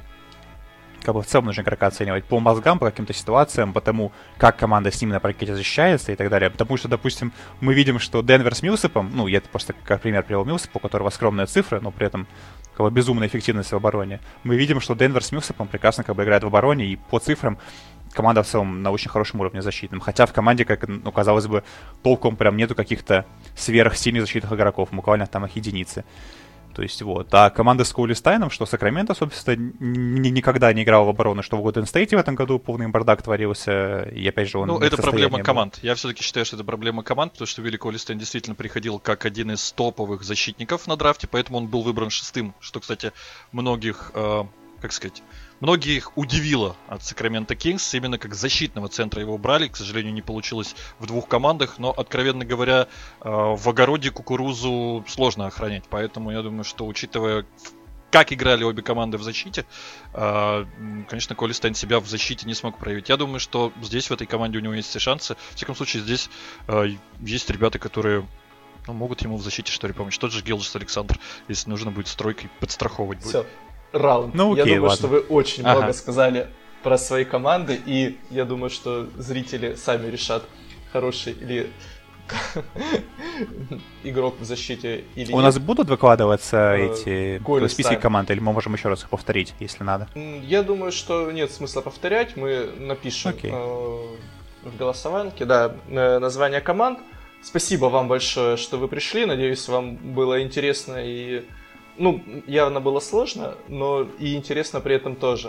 как бы в целом нужно игрока оценивать по мозгам, по каким-то ситуациям, по тому, как команда с ними на паркете защищается и так далее. Потому что, допустим, мы видим, что Денвер с Милсапом, ну, я это просто как пример привел Милсапу, у которого скромная цифра, но при этом как бы безумная эффективность в обороне. Мы видим, что Денвер с Милсапом прекрасно как бы играет в обороне, и по цифрам команда в целом на очень хорошем уровне защитном. Хотя в команде, как, ну, казалось бы, толком прям нету каких-то сверхсильных защитных игроков, буквально там их единицы. То есть вот. А команда с Колистайном, что Сакраменто, собственно, никогда не играл в оборону, что в Golden State в этом году полный бардак творился, и опять же он... Ну, это проблема команд. Я все-таки считаю, что это проблема команд, потому что Уилли Колистайн действительно приходил как один из топовых защитников на драфте, поэтому он был выбран 6-м, что, кстати, многих, многих удивило от Сакраменто Кингс. Именно как защитного центра его брали. К сожалению, не получилось в двух командах. Но, откровенно говоря, в огороде кукурузу сложно охранять. Поэтому я думаю, что, учитывая, как играли обе команды в защите, конечно, Колистайн себя в защите не смог проявить. Я думаю, что здесь, в этой команде, у него есть все шансы. В всяком случае, здесь есть ребята, которые могут ему в защите, что ли, помочь. Тот же Гилджес Александр, если нужно будет стройкой подстраховывать будет. Все. Раунд. Ну, окей, я думаю, ладно. что вы очень много сказали про свои команды, и я думаю, что зрители сами решат, хороший или игрок в защите или У нас будут выкладываться эти списки команд, или мы можем еще раз их повторить, если надо? Я думаю, что нет смысла повторять, мы напишем в голосованке, название команд. Спасибо вам большое, что вы пришли, надеюсь, вам было интересно и... Ну, явно было сложно, но и интересно при этом тоже.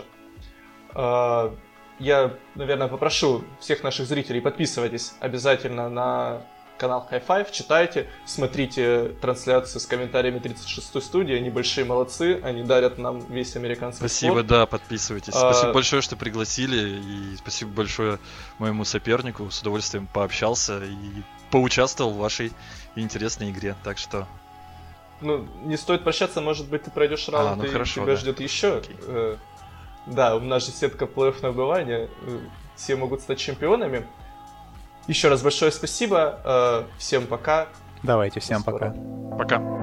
Я, наверное, попрошу всех наших зрителей, подписывайтесь обязательно на канал High Five, читайте, смотрите трансляцию с комментариями 36-й студии, они большие молодцы, они дарят нам весь американский спорт. Спасибо, да, подписывайтесь. Спасибо большое, что пригласили, и спасибо большое моему сопернику, с удовольствием пообщался и поучаствовал в вашей интересной игре, так что... Ну, не стоит прощаться, может быть, ты пройдешь раунд, и хорошо, тебя ждет еще. Да, у нас же сетка плей-офф на выбывание, все могут стать чемпионами. Еще раз большое спасибо, всем пока. Давайте, всем пока. Пока.